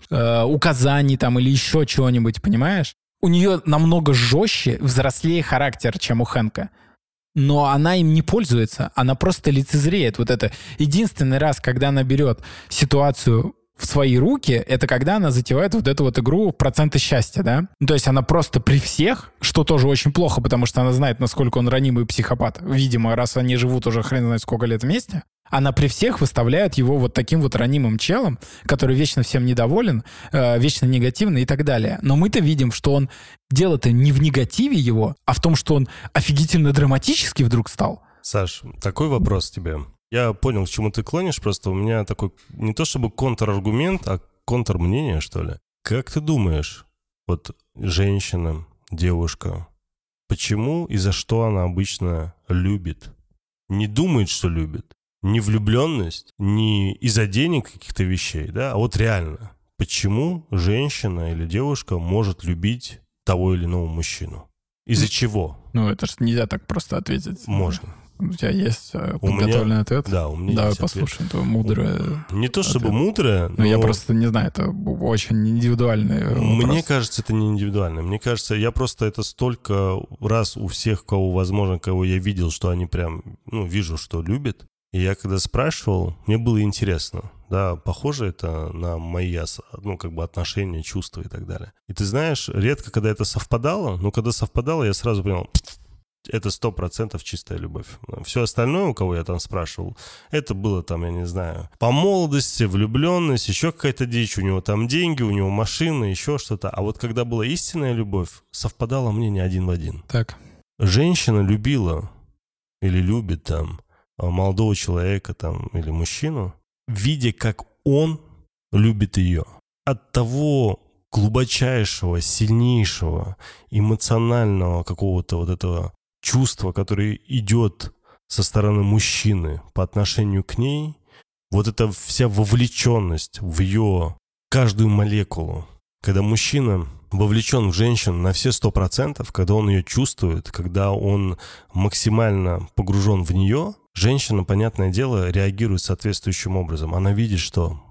указаний там или еще чего-нибудь, понимаешь? У нее намного жестче, взрослее характер, чем у Хэнка. Но она им не пользуется, она просто лицезреет вот это. Единственный раз, когда она берет ситуацию в свои руки, это когда она затевает вот эту вот игру в проценты счастья, да? То есть она просто при всех, что тоже очень плохо, потому что она знает, насколько он ранимый психопат. Видимо, раз они живут уже хрен знает сколько лет вместе, она при всех выставляет его вот таким вот ранимым челом, который вечно всем недоволен, вечно негативный и так далее. Но мы-то видим, что он дело-то не в негативе его, а в том, что он офигительно драматический вдруг стал. Саш, такой вопрос тебе. Я понял, к чему ты клонишь, просто у меня такой не то чтобы контраргумент, а контрмнение, что ли. Как ты думаешь, вот женщина, девушка, почему и за что она обычно любит? Не думает, что любит. Не влюбленность, не из-за денег каких-то вещей, да, а вот реально. Почему женщина или девушка может любить того или иного мужчину? Из-за чего? Это же нельзя так просто ответить. Можно. У тебя есть подготовленный ответ? Да, у меня Давай есть послушаем, это мудрое. Не то чтобы мудрое, но... я просто не знаю, это очень индивидуальный вопрос. Мне кажется, это не индивидуально. Мне кажется, я просто это столько раз у всех, кого возможно, кого я видел, что они прям, вижу, что любят. И я когда спрашивал, мне было интересно, да, похоже это на мои, отношения, чувства и так далее. И ты знаешь, редко, когда это совпадало, но когда совпадало, я сразу понял, это 100% чистая любовь. Все остальное, у кого я там спрашивал, это было там, я не знаю, по молодости, влюбленность, еще какая-то дичь, у него там деньги, у него машина, еще что-то. А вот когда была истинная любовь, совпадало мнение один в один. Так. Женщина любила или любит там молодого человека там, или мужчину, видя, как он любит ее. От того глубочайшего, сильнейшего, эмоционального какого-то вот этого чувства, которое идет со стороны мужчины по отношению к ней, вот эта вся вовлеченность в ее каждую молекулу, когда мужчина вовлечен в женщину на все 100%, когда он ее чувствует, когда он максимально погружен в нее, женщина, понятное дело, реагирует соответствующим образом. Она видит, что,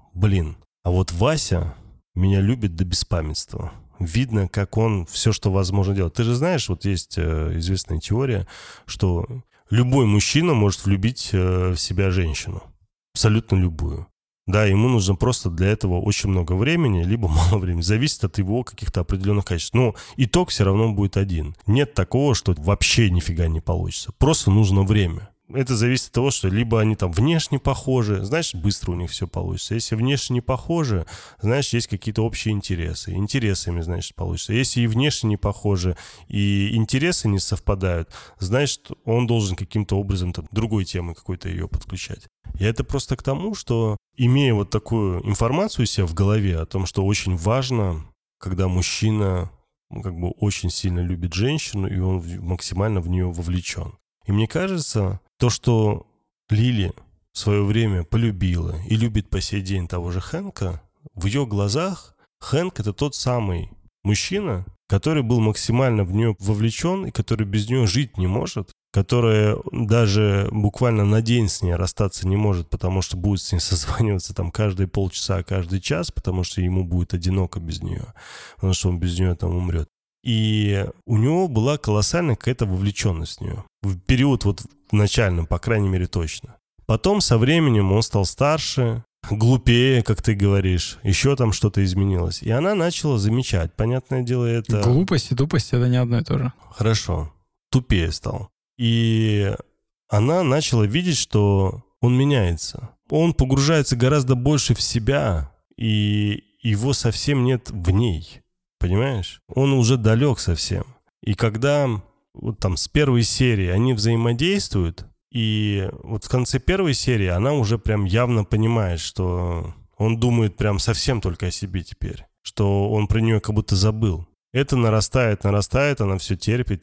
а вот Вася меня любит до беспамятства. Видно, как он все, что возможно, делает. Ты же знаешь, вот есть известная теория, что любой мужчина может влюбить в себя женщину. Абсолютно любую. Да, ему нужно просто для этого очень много времени, либо мало времени. Зависит от его каких-то определенных качеств. Но итог все равно будет один. Нет такого, что вообще нифига не получится. Просто нужно время. это зависит от того, что либо они там внешне похожи, знаешь, быстро у них все получится. Если внешне не похожи, знаешь, есть какие-то общие интересы. Интересами, значит, получится. Если и внешне не похожи, и интересы не совпадают, значит, он должен каким-то образом там другой темой какой-то ее подключать. И это просто к тому, что, имея вот такую информацию у себя в голове о том, что очень важно, когда мужчина как бы очень сильно любит женщину, и он максимально в нее вовлечен. И мне кажется, то, что Лили в свое время полюбила и любит по сей день того же Хэнка, в ее глазах Хэнк — это тот самый мужчина, который был максимально в нее вовлечен и который без нее жить не может, который даже буквально на день с ней расстаться не может, потому что будет с ней созваниваться там каждые полчаса, каждый час, потому что ему будет одиноко без нее, потому что он без нее там умрет. И у него была колоссальная какая-то вовлеченность в нее. В период вот начальном, по крайней мере, точно. Потом со временем он стал старше, глупее, как ты говоришь, еще там что-то изменилось. И она начала замечать, понятное дело, это... Глупость и тупость — это не одно и то же. Хорошо, тупее стал. И она начала видеть, что он меняется. Он погружается гораздо больше в себя, и его совсем нет в ней. Понимаешь? Он уже далек совсем. И когда вот там с первой серии они взаимодействуют, и вот в конце первой серии она уже прям явно понимает, что он думает прям совсем только о себе теперь, что он про нее как будто забыл. Это нарастает, она все терпит.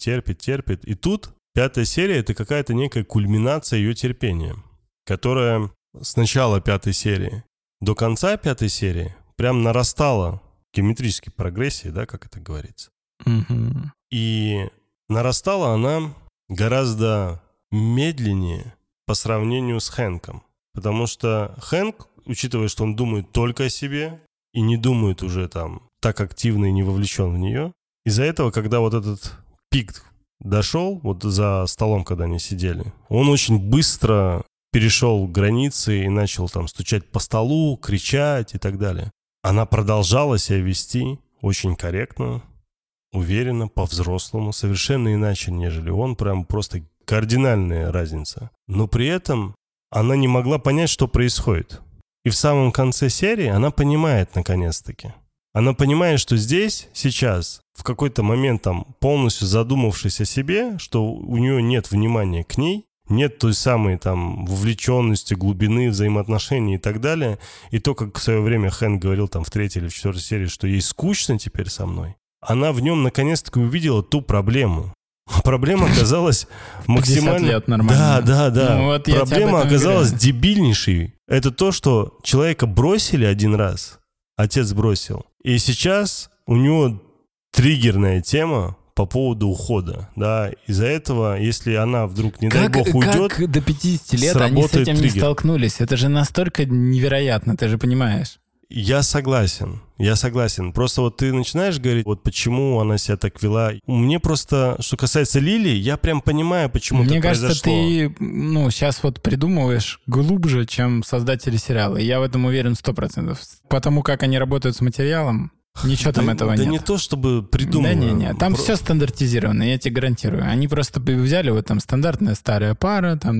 И тут 5-я серия — это какая-то некая кульминация ее терпения, которая с начала 5-й серии до конца 5-й серии прям нарастала геометрической прогрессии, да, как это говорится. Угу. И нарастала она гораздо медленнее по сравнению с Хэнком. Потому что Хэнк, учитывая, что он думает только о себе и не думает уже там так активно и не вовлечен в нее, из-за этого, когда вот этот пик дошел, вот за столом, когда они сидели, он очень быстро перешел границы и начал там стучать по столу, кричать и так далее. Она продолжала себя вести очень корректно, уверенно, по-взрослому, совершенно иначе, нежели он, прям просто кардинальная разница. Но при этом она не могла понять, что происходит. И в самом конце серии она понимает, наконец-таки. Она понимает, что здесь, сейчас, в какой-то момент там полностью задумавшись о себе, что у нее нет внимания к ней, нет той самой там вовлеченности, глубины взаимоотношений и так далее. И то, как в свое время Хэнк говорил там в 3-й или в 4-й серии, что ей скучно теперь со мной, она в нем наконец-таки увидела ту проблему. Проблема оказалась максимально... 50 лет нормально. Да. Ну, вот проблема оказалась дебильнейшей. Это то, что человека бросили один раз, отец бросил. И сейчас у него триггерная тема по поводу ухода, да, из-за этого, если она вдруг, не дай бог, уйдет, как до 50 лет они с этим не столкнулись? Это же настолько невероятно, ты же понимаешь. Я согласен. Просто вот ты начинаешь говорить, вот почему она себя так вела. Мне просто, что касается Лили, я прям понимаю, почему Мне так кажется, произошло. ты, сейчас вот придумываешь глубже, чем создатели сериала. Я в этом уверен 100%. Потому как они работают с материалом, ничего там этого нет. Да не то, чтобы придумано. Да там все стандартизировано, я тебе гарантирую. Они просто взяли вот там стандартная старая пара, там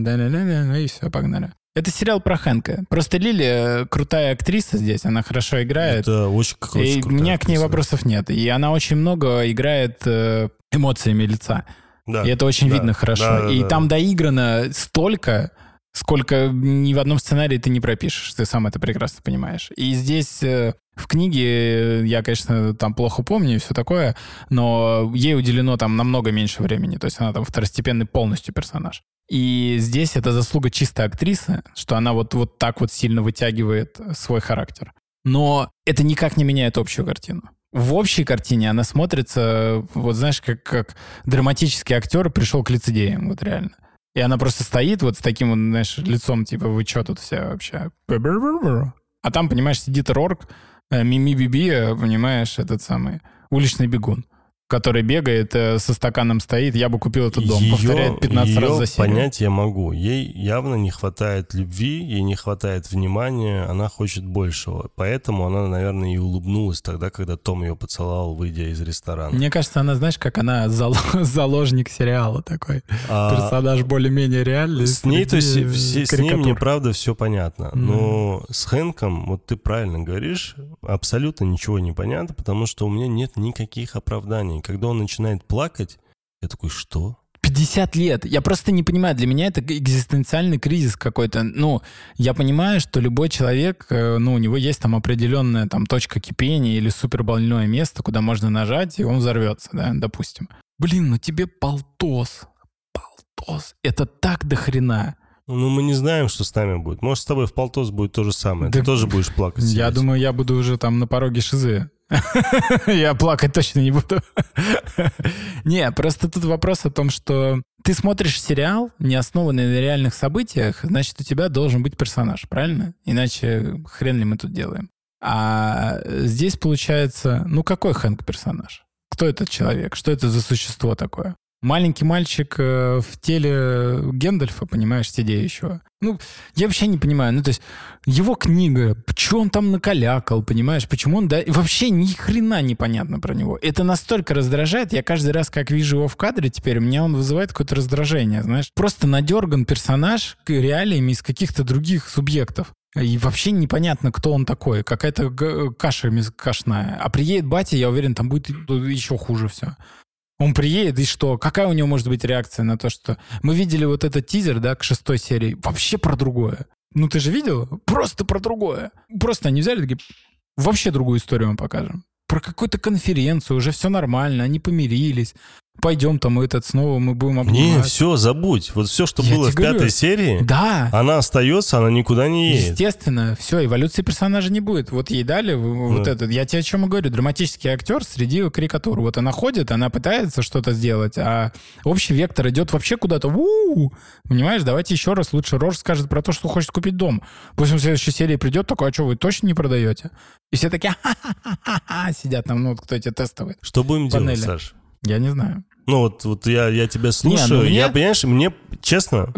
и все, погнали. Это сериал про Хэнка. Просто Лили крутая актриса здесь, она хорошо играет. Это очень крутая И у меня актриса. к ней вопросов нет. И она очень много играет эмоциями лица. Да, и это очень видно хорошо. Да, и там доиграно столько, сколько ни в одном сценарии ты не пропишешь. Ты сам это прекрасно понимаешь. И здесь в книге, я, конечно, там плохо помню и все такое, но ей уделено там намного меньше времени. То есть она там второстепенный полностью персонаж. И здесь это заслуга чисто актрисы, что она вот так вот сильно вытягивает свой характер. Но это никак не меняет общую картину. В общей картине она смотрится, вот знаешь, как драматический актер пришел к лицедеям, вот реально. И она просто стоит вот с таким, вот, знаешь, лицом, типа, вы что тут все вообще? А там, понимаешь, сидит Рорк, Мими Биби, понимаешь, этот самый уличный бегун. который бегает, со стаканом стоит, я бы купил этот дом, повторяет 15 раз за серию. Понять я могу. Ей явно не хватает любви, ей не хватает внимания, она хочет большего. Поэтому она, наверное, и улыбнулась тогда, когда Том ее поцеловал, выйдя из ресторана. Мне кажется, она, знаешь, как она заложник сериала такой. Персонаж более-менее реальный. С ней, то есть, с ней мне, правда, все понятно. Но с Хэнком, вот ты правильно говоришь, абсолютно ничего не понятно, потому что у меня нет никаких оправданий. Когда он начинает плакать, я такой, что? 50 лет. Я просто не понимаю, для меня это экзистенциальный кризис какой-то. Ну, я понимаю, что любой человек, ну, у него есть там определенная там точка кипения или супербольное место, куда можно нажать, и он взорвется, да, допустим. Блин, ну тебе полтос. Это так до хрена. Ну, мы не знаем, что с нами будет. Может, с тобой в полтос будет то же самое. Да, ты тоже будешь плакать. Я думаю, я буду уже там на пороге шизы. Я плакать точно не буду. Не, просто тут вопрос о том, что ты смотришь сериал, не основанный на реальных событиях, значит, у тебя должен быть персонаж, правильно? Иначе хрен ли мы тут делаем. А здесь получается, ну какой Хэнк персонаж? Кто этот человек? Что это за существо такое? Маленький мальчик в теле Гэндальфа, понимаешь, сидеющего. Ну, я вообще не понимаю. Ну, то есть, его книга, что он там накалякал, понимаешь? Почему он... Да, вообще ни хрена непонятно про него. Это настолько раздражает. Я каждый раз, как вижу его в кадре теперь, у меня он вызывает какое-то раздражение, знаешь. Просто надерган персонаж реалиями из каких-то других субъектов. И вообще непонятно, кто он такой. Какая-то каша кашная. А приедет батя, я уверен, там будет еще хуже все. Он приедет, и что? Какая у него может быть реакция на то, что... Мы видели вот этот тизер, да, к 6 серии. Вообще про другое. Ну, ты же видел? Просто про другое. Просто они взяли, такие... Вообще другую историю вам покажем. Про какую-то конференцию, уже все нормально, они помирились. Пойдем там снова мы будем обниматься. Не, все, забудь. Вот все, что было в 5 серии, да. Она остается, она никуда не едет. Естественно, все, эволюции персонажа не будет. Вот ей дали вот этот. Я тебе о чем и говорю. Драматический актер среди карикатур. Вот она ходит, она пытается что-то сделать, а общий вектор идет вообще куда-то. Понимаешь, давайте еще раз. Лучше Рож скажет про то, что хочет купить дом. Пусть он в следующей серии придет, такой, а что, вы точно не продаете? И все такие ха-ха-ха-ха сидят там, ну вот кто эти тестовые. Что будем делать, Саш? Я не знаю. Ну вот я тебя слушаю, я, понимаешь, мне, честно,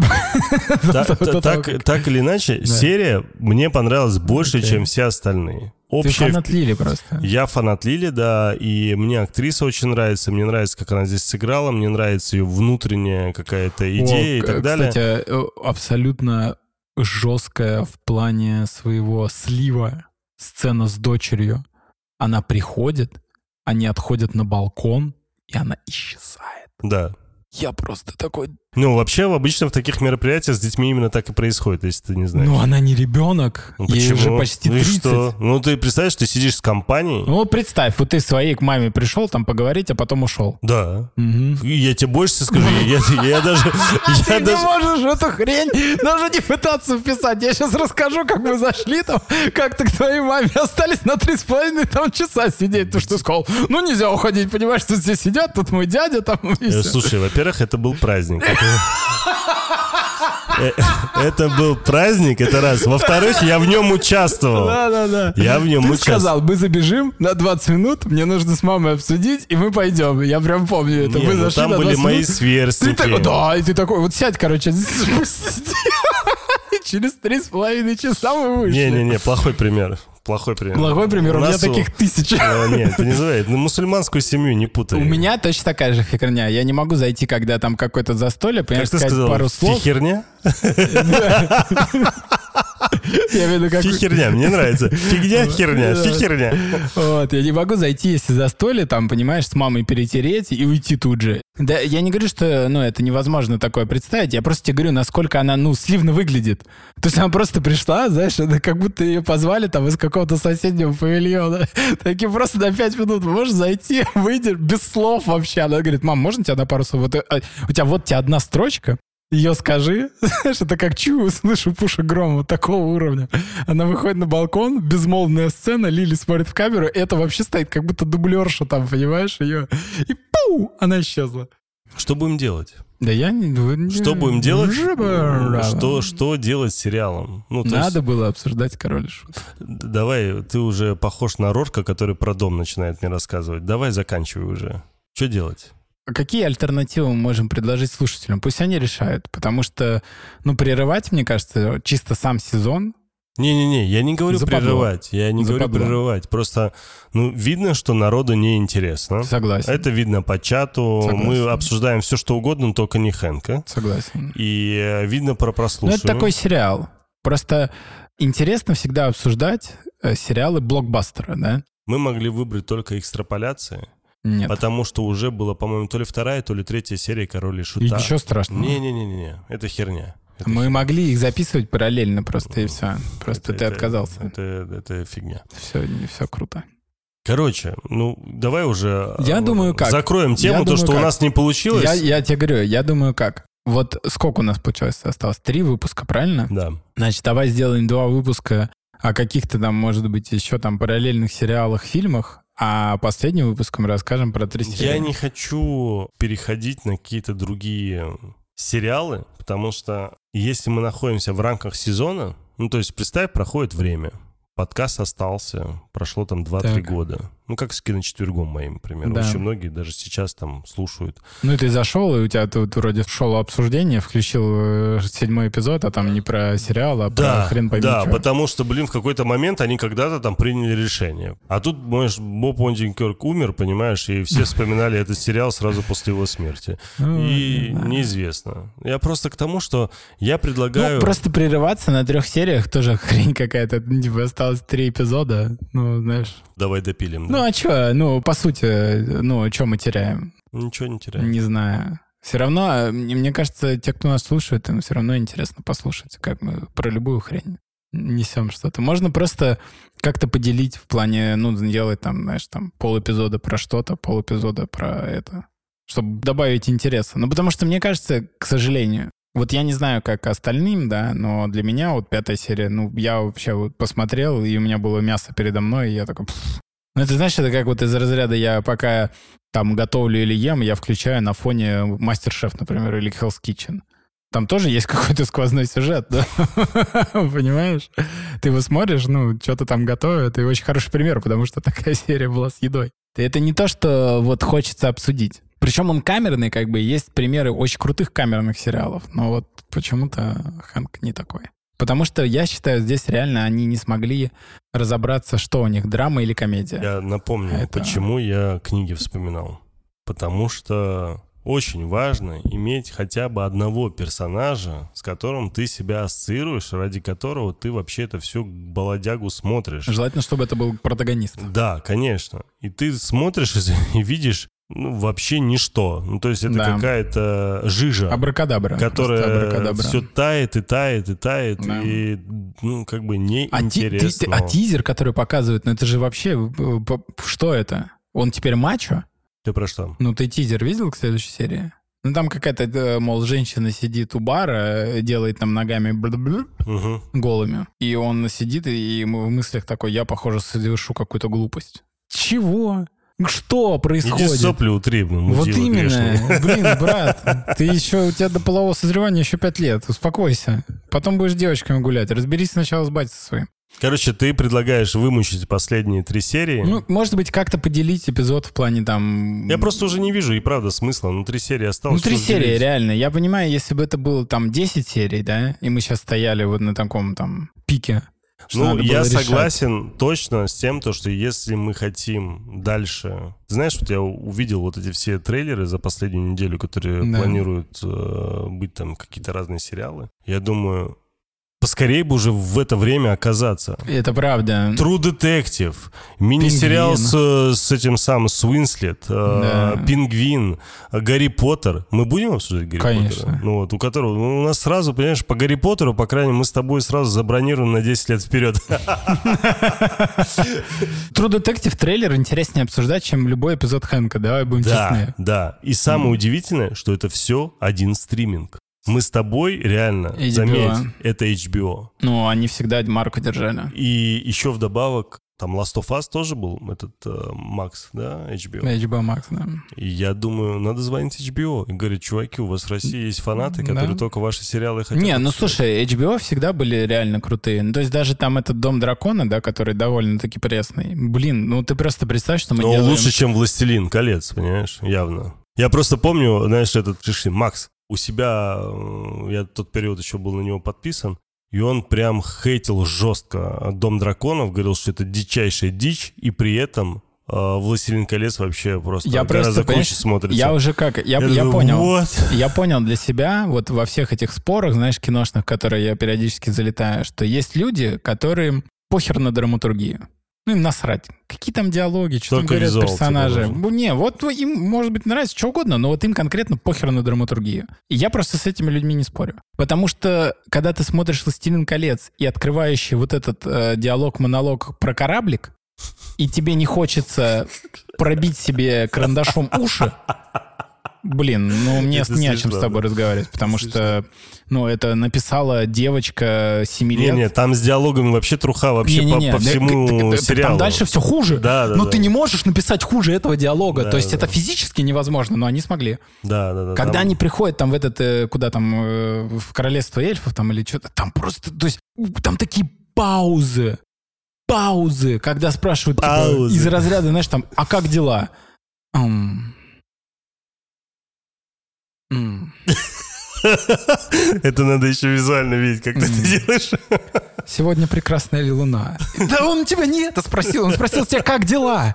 так или иначе, серия мне понравилась больше, чем все остальные. Ты фанат Лили просто. Я фанат Лили, да, и мне актриса очень нравится, мне нравится, как она здесь сыграла, мне нравится ее внутренняя какая-то идея и так далее. Кстати, абсолютно жесткая в плане своего слива сцена с дочерью. Она приходит, они отходят на балкон, и она исчезает. Да. Я просто такой... Ну, вообще, обычно в таких мероприятиях с детьми именно так и происходит, если ты не знаешь. Ну, она не ребенок. Ну, ей почему? Уже почти 30. И что? Ну, ты представляешь, ты сидишь с компанией. Ну, представь, вот ты своей к маме пришел там поговорить, а потом ушел. Да. Угу. Я тебе больше скажу, я даже... Ты не можешь эту хрень даже не пытаться вписать. Я сейчас расскажу, как мы зашли там, как ты к твоей маме остались на 3,5 там часа сидеть. Ты что сказал? Ну, нельзя уходить, понимаешь, что здесь сидят, тут мой дядя там. Слушай, во-первых, это был праздник. Это был праздник, это раз. Во-вторых, я в нем участвовал. Да. Я в нем участвовал. Ты сказал, мы забежим на 20 минут, мне нужно с мамой обсудить, и мы пойдем. Я прям помню это. Мы зашли там на были 20 мои минут. сверстники. Ты такой, да, и ты такой, вот сядь, короче, сиди. Через 3,5 часа мы вышли. Не-не-не, плохой пример. Плохой пример. Плохой пример, у меня таких 1000. Нет, ты не называй. Мусульманскую семью не путай. У меня точно такая же херня. Я не могу зайти, когда там какое-то застолье, понимаешь, сказать пару слов. Фихерня? Фихерня, мне нравится. Фигня, херня, фихерня. Вот, я не могу зайти, если застолье, там, понимаешь, с мамой перетереть и уйти тут же. Да, я не говорю, что, ну, это невозможно такое представить, я просто тебе говорю, насколько она, ну, сливно выглядит. То есть она просто пришла, знаешь, это как будто ее позвали там из какого-то соседнего павильона. Такие просто на 5 минут можешь зайти, выйдешь без слов вообще. Она говорит, мам, можно тебя на пару слов? Вот, у тебя вот тебе одна строчка, ее скажи. Знаешь, это как чую, слышу Пуша Грома такого уровня. Она выходит на балкон, безмолвная сцена, Лили смотрит в камеру, и это вообще стоит как будто дублерша там, понимаешь, ее. И пу! Она исчезла. Что будем делать? Да я не... Что будем делать? Что делать с сериалом? Ну, Надо было обсуждать «Король и Шут». Давай, ты уже похож на Рорка, который про дом начинает мне рассказывать. Давай заканчивай уже. Что делать? Какие альтернативы мы можем предложить слушателям? Пусть они решают, потому что, прерывать, мне кажется, чисто сам сезон. Не-не-не, я не говорю прерывать. Просто, видно, что народу неинтересно. Согласен. Это видно по чату. Согласен. Мы обсуждаем все, что угодно, но только не Хэнка. Согласен. И видно про прослушивание. Это такой сериал. Просто интересно всегда обсуждать сериалы блокбастера, да? Мы могли выбрать только экстраполяции. Нет. Потому что уже было, по-моему, то ли 2-я, то ли 3-я серия «Король и Шута». И ничего страшного. Не-не-не, это херня. Мы могли их записывать параллельно просто, и все. Просто ты отказался. Это фигня. Все круто. Короче, давай уже закроем тему, что у нас не получилось. Я тебе говорю, я думаю как. Вот сколько у нас получилось осталось? 3 выпуска, правильно? Да. Значит, давай сделаем 2 выпуска о каких-то там, может быть, еще там параллельных сериалах, фильмах, а последним выпуском расскажем про 3 серии. Я не хочу переходить на какие-то другие сериалы, потому что если мы находимся в рамках сезона, то есть, представь, проходит время, подкаст остался, прошло там 2-3 года. Как с киночетвергом моим, например. Да. Очень многие даже сейчас там слушают. И ты зашел, и у тебя тут вроде шло обсуждение, включил 7-й эпизод, а там не про сериал, а про хрен пойми Да, что. потому что, в какой-то момент они когда-то там приняли решение. А тут, Боб Онденкёрк умер, понимаешь, и все вспоминали этот сериал сразу после его смерти. И неизвестно. Я просто к тому, что я предлагаю... просто прерываться на 3 сериях тоже хрень какая-то. Осталось 3 эпизода, знаешь... Давай допилим. А что? По сути, что мы теряем? Ничего не теряем. Не знаю. Все равно, мне кажется, те, кто нас слушает, им все равно интересно послушать, как мы про любую хрень несем что-то. Можно просто как-то поделить в плане, делать там, знаешь, там полэпизода про что-то, полэпизода про это, чтобы добавить интереса. Потому что, мне кажется, к сожалению, вот я не знаю, как остальным, да, но для меня 5-я серия, я вообще посмотрел, и у меня было мясо передо мной, и я такой... это, знаешь, это как из разряда я пока там готовлю или ем, я включаю на фоне Мастер-шеф, например, или Hell's Kitchen. Там тоже есть какой-то сквозной сюжет, да? Понимаешь? Ты его смотришь, что-то там готовят, и очень хороший пример, потому что такая серия была с едой. Это не то, что хочется обсудить. Причем он камерный, есть примеры очень крутых камерных сериалов, но почему-то Хэнк не такой. Потому что, я считаю, здесь реально они не смогли разобраться, что у них, драма или комедия. Я напомню, почему я книги вспоминал. Потому что очень важно иметь хотя бы одного персонажа, с которым ты себя ассоциируешь, ради которого ты вообще это всю баладягу смотришь. Желательно, чтобы это был протагонист. Да, конечно. И ты смотришь и видишь вообще ничто. То есть это какая-то жижа, абракадабра, которая все тает и тает и тает, и неинтересно. А тизер, который показывают, это же вообще... Что это? Он теперь мачо? Ты про что? Ты тизер видел к следующей серии? Там какая-то, мол, женщина сидит у бара, делает там ногами голыми, и он сидит, и в мыслях такой, я, похоже, совершу какую-то глупость. Чего? Что происходит? Иди сопли утри, вот именно. Брат, у тебя до полового созревания еще 5 лет. Успокойся. Потом будешь с девочками гулять. Разберись сначала с батей своим. Короче, ты предлагаешь вымучить последние 3 серии. Может быть, как-то поделить эпизод в плане там... Я просто уже не вижу и правда смысла. 3 серии осталось. 3 серии, реально. Я понимаю, если бы это было там 10 серий, да, и мы сейчас стояли на таком там пике. Я согласен точно с тем, что если мы хотим дальше... Знаешь, я увидел эти все трейлеры за последнюю неделю, которые планируют быть там какие-то разные сериалы. Я думаю... Поскорее бы уже в это время оказаться. Это правда. True Detective, мини-сериал с этим самым Уинслет, Пингвин, Гарри Поттер. Мы будем обсуждать Гарри Поттера? У которого... У нас сразу, понимаешь, по Гарри Поттеру, по крайней мере, мы с тобой сразу забронируем на 10 лет вперед. True Detective трейлер интереснее обсуждать, чем любой эпизод Хэнка, давай будем честны. Да. И самое удивительное, что это все один стриминг. Мы с тобой, реально, HBO. заметь, это HBO. Они всегда марку держали. И еще вдобавок, Там Last of Us тоже был, этот Max, да, HBO? HBO Max, да. И я думаю, надо звонить HBO. И говорить, чуваки, у вас в России есть фанаты, которые только ваши сериалы хотят. Не, ну слушай, HBO всегда были реально крутые. Ну, то есть даже там этот «Дом дракона», да, который довольно-таки пресный. Блин, ну ты просто представь, что мы делаем... Но лучше, чем «Властелин колец», понимаешь, явно. Я просто помню, знаешь, этот Макс, у себя, я тот период еще был на него подписан, и он прям хейтил жестко «Дом драконов», говорил, что это дичайшая дичь, и при этом «Властелин колец» вообще просто гораздо круче смотрится. Я уже как... Я понял. Вот. Я понял для себя, вот во всех этих спорах, знаешь, киношных, в которые я периодически залетаю, что есть люди, которым похер на драматургию. Ну, им насрать. Какие там диалоги, что там говорят персонажи. Не, вот им, может быть, нравится что угодно, но вот им конкретно похер на драматургию. И я просто с этими людьми не спорю. Потому что, когда ты смотришь «Властелин колец» и открывающий вот этот диалог-монолог про кораблик, и тебе не хочется пробить себе карандашом уши, блин, ну мне не о чем с тобой разговаривать, потому что, ну, это написала девочка 7 лет. Не-не, там с диалогами вообще труха вообще по всему сериалу. Там дальше все хуже. Да. Но ты не можешь написать хуже этого диалога. То есть это физически невозможно, но они смогли. Да. Когда они приходят там в этот, куда там, в королевство эльфов там или что-то, там просто, то есть там такие паузы, когда спрашивают типа, из разряда, знаешь, там, а как дела? Это надо еще визуально видеть, как ты это делаешь. Сегодня прекрасная ли луна? Да он тебя не это спросил. Он спросил тебя, как дела?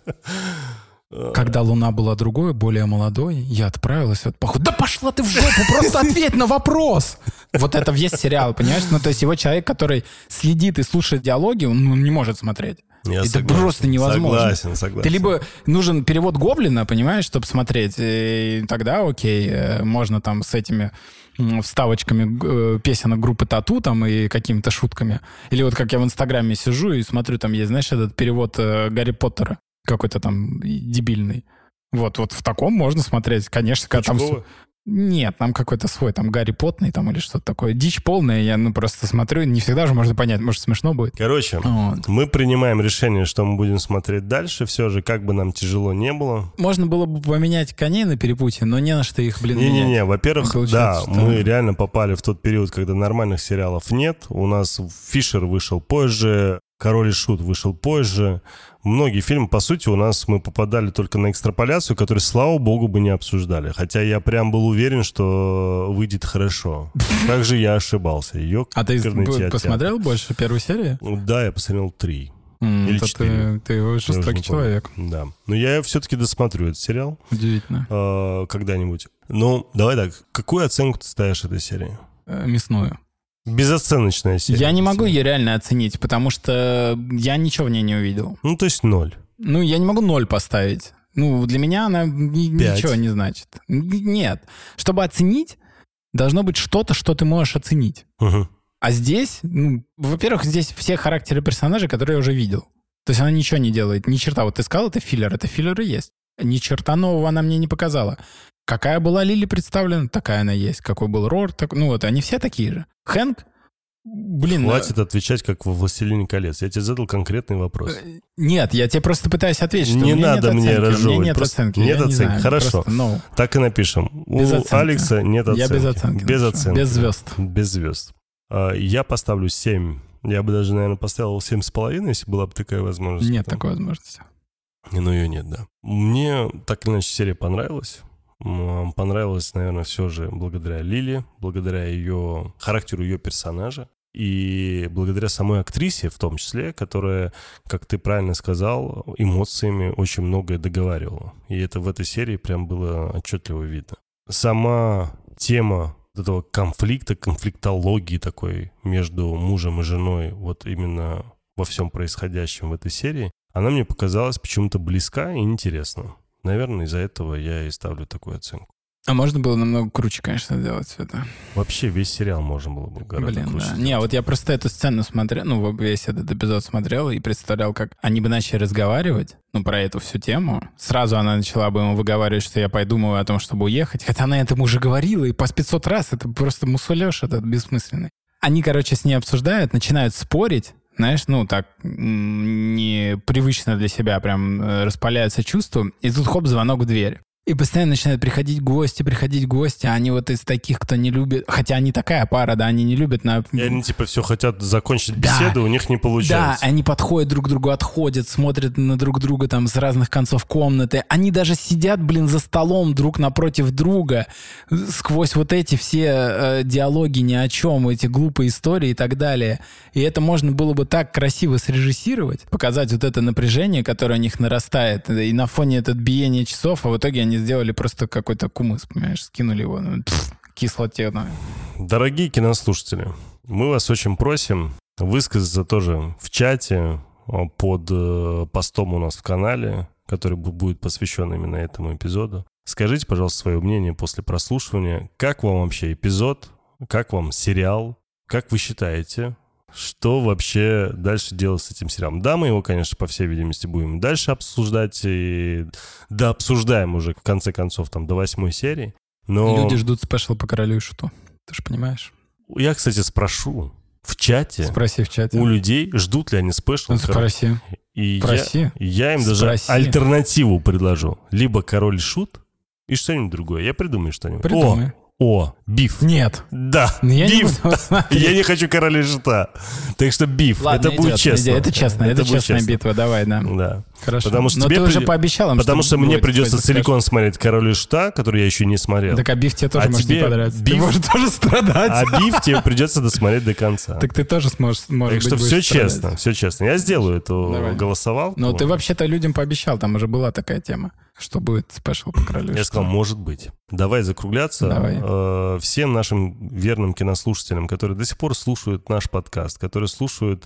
Когда луна была другой, более молодой, я отправилась в этот поход. Да пошла ты в жопу, просто ответь на вопрос. Вот это весь сериал, понимаешь? Ну, то есть его человек, который следит и слушает диалоги, он не может смотреть. Я это согласен, просто невозможно. Согласен. Ты либо нужен перевод Гоблина, понимаешь, чтобы смотреть, и тогда окей, можно там с этими вставочками песенок группы Тату там и какими-то шутками. Или вот как я в Инстаграме сижу и смотрю, там есть, знаешь, этот перевод Гарри Поттера, какой-то там дебильный. Вот в таком можно смотреть, конечно, когда там... Нет, там какой-то свой, там Гарри Поттный там или что-то такое. Дичь полная, я просто смотрю, не всегда же можно понять, может, смешно будет. Короче, мы принимаем решение, что мы будем смотреть дальше, все же, как бы нам тяжело не было. Можно было бы поменять коней на перепутье, но не на что их, менять. Не-не-не, во-первых, да, мы реально попали в тот период, когда нормальных сериалов нет. У нас Фишер вышел позже, Король и Шут вышел позже. Многие фильмы, по сути, у нас мы попадали только на экстраполяцию, которую, слава богу, бы не обсуждали. Хотя я прям был уверен, что выйдет хорошо. Также я ошибался. А ты посмотрел больше первой серии? Да, я посмотрел 3. Или 4. Ты жестокий человек. Да. Но я все-таки досмотрю этот сериал. Удивительно. Когда-нибудь. Ну, давай так. Какую оценку ты ставишь этой серии? Мясную. Безоценочная серия. Я не могу ее реально оценить, потому что я ничего в ней не увидел. Ну, то есть 0. Ну, я не могу 0 поставить. Ну, для меня она ничего не значит. Нет. Чтобы оценить, должно быть что-то, что ты можешь оценить. Угу. А здесь, ну, во-первых, здесь все характеры персонажей, которые я уже видел. То есть она ничего не делает. Ни черта. Вот ты сказал, это филлер и есть. Ни черта нового она мне не показала. Какая была Лили представлена, такая она есть. Какой был Рор, так... ну вот, они все такие же. Хэнк, блин... Хватит отвечать, как во «Властелине колец». Я тебе задал конкретный вопрос. Нет, я тебе просто пытаюсь ответить, что не надо мне разжевывать. У меня нет оценки. Нет оценки, знаю, хорошо. Просто, так и напишем. Без У оценки. Алекса нет оценки. Я без оценки. Без оценки. Без звезд. Без звезд. Я поставлю 7. Я бы даже, наверное, поставил 7,5, если была бы такая возможность. Нет такой возможности. Но ее нет, да. Мне так или иначе серия понравилась. Понравилось, наверное, все же благодаря Лили, благодаря ее характеру ее персонажа и благодаря самой актрисе в том числе, которая, как ты правильно сказал, эмоциями очень многое договаривала. И это в этой серии прям было отчетливо видно. Сама тема этого конфликта, конфликтологии такой между мужем и женой, вот именно во всем происходящем в этой серии, она мне показалась почему-то близка и интересна. Наверное, из-за этого я и ставлю такую оценку. А можно было намного круче, конечно, сделать все это. Вообще весь сериал можно было бы гораздо круче сделать. Не, вот я просто эту сцену смотрел, ну, весь этот эпизод смотрел и представлял, как они бы начали разговаривать, ну, про эту всю тему. Сразу она начала бы ему выговаривать, что я подумаю о том, чтобы уехать. Хотя она этому уже говорила, и по 500 раз. Это просто мусолёж этот бессмысленный. Они, короче, с ней обсуждают, начинают спорить знаешь, ну, так, непривычно для себя прям распаляются чувства, и тут хоп, звонок в дверь. И постоянно начинают приходить гости, а они вот из таких, кто не любит... Хотя они такая пара, да, они не любят на... И они типа все хотят закончить беседу, у них не получается. Да, они подходят друг к другу, отходят, смотрят на друг друга там с разных концов комнаты. Они даже сидят, за столом друг напротив друга, сквозь вот эти все диалоги ни о чем, эти глупые истории и так далее. И это можно было бы так красиво срежиссировать, показать вот это напряжение, которое у них нарастает, и на фоне этого биения часов, а в итоге они сделали просто какой-то кумыс, понимаешь, скинули его, кислотено. Дорогие кинослушатели, мы вас очень просим высказаться тоже в чате под постом у нас в канале, который будет посвящен именно этому эпизоду. Скажите, пожалуйста, свое мнение после прослушивания. Как вам вообще эпизод? Как вам сериал? Как вы считаете, что вообще дальше делать с этим сериалом? Да, мы его, конечно, по всей видимости, будем дальше обсуждать. И дообсуждаем уже, в конце концов, там, до 8 серии. Но... Люди ждут спешл по Королю и Шуту. Ты же понимаешь? Я, кстати, спрошу в чате. Спроси в чате. У людей, ждут ли они спешл. Спроси. И я им даже альтернативу предложу. Либо Король и Шут и что-нибудь другое. Я придумаю что-нибудь. Придумай. Биф. Нет. Да, биф. Я не хочу Короля и Шута. Так что биф. Ладно, это будет честно. Это честно. Это честная битва. Давай, да. Да. Хорошо. Потому что но ты уже пообещал им, потому что мне придется целиком смотреть Короля и Шута, который я еще не смотрел. Так, а биф тебе тоже может не понравиться. Биф... Ты можешь тоже страдать. А биф тебе придется досмотреть до конца. Так ты тоже сможешь Так что все честно, все честно. Я сделаю эту голосовалку. Но ты вообще-то людям пообещал, там уже была такая тема, что будет спешл по Королю. Я сказал, может быть. Давай закругляться. Давай. Всем нашим верным кинослушателям, которые до сих пор слушают наш подкаст, которые слушают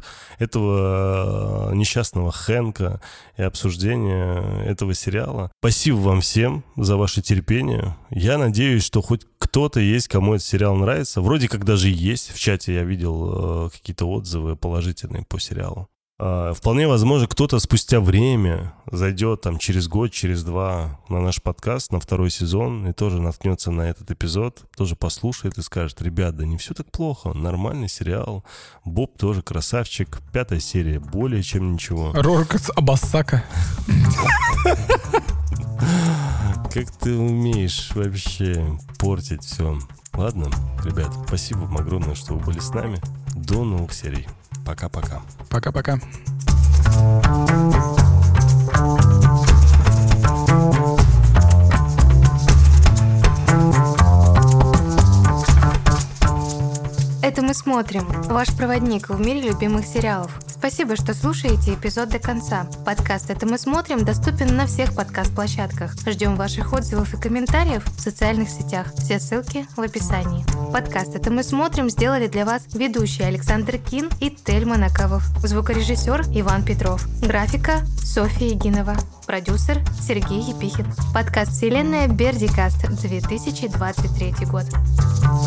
этого несчастного Хэнка и обсуждение этого сериала. Спасибо вам всем за ваше терпение. Я надеюсь, что хоть кто-то есть, кому этот сериал нравится. Вроде как даже есть. В чате я видел какие-то отзывы положительные по сериалу. Вполне возможно, кто-то спустя время зайдет там через год, через два на наш подкаст, на 2 сезон, и тоже наткнется на этот эпизод, тоже послушает и скажет: ребят, да не все так плохо, нормальный сериал, Боб тоже красавчик, 5 серия, более чем ничего. Роркас Абасака. Как ты умеешь вообще портить все. Ладно, ребят, спасибо вам огромное, что вы были с нами. До новых серий. Пока-пока. Пока-пока. Это мы смотрим. Ваш проводник в мире любимых сериалов. Спасибо, что слушаете эпизод до конца. Подкаст «Это мы смотрим» доступен на всех подкаст-площадках. Ждем ваших отзывов и комментариев в социальных сетях. Все ссылки в описании. Подкаст «Это мы смотрим» сделали для вас ведущие Александр Кин и Тельма Накавов. Звукорежиссер Иван Петров. Графика Софья Егинова. Продюсер Сергей Епихин. Подкаст «Вселенная Бердикаст», 2023 год.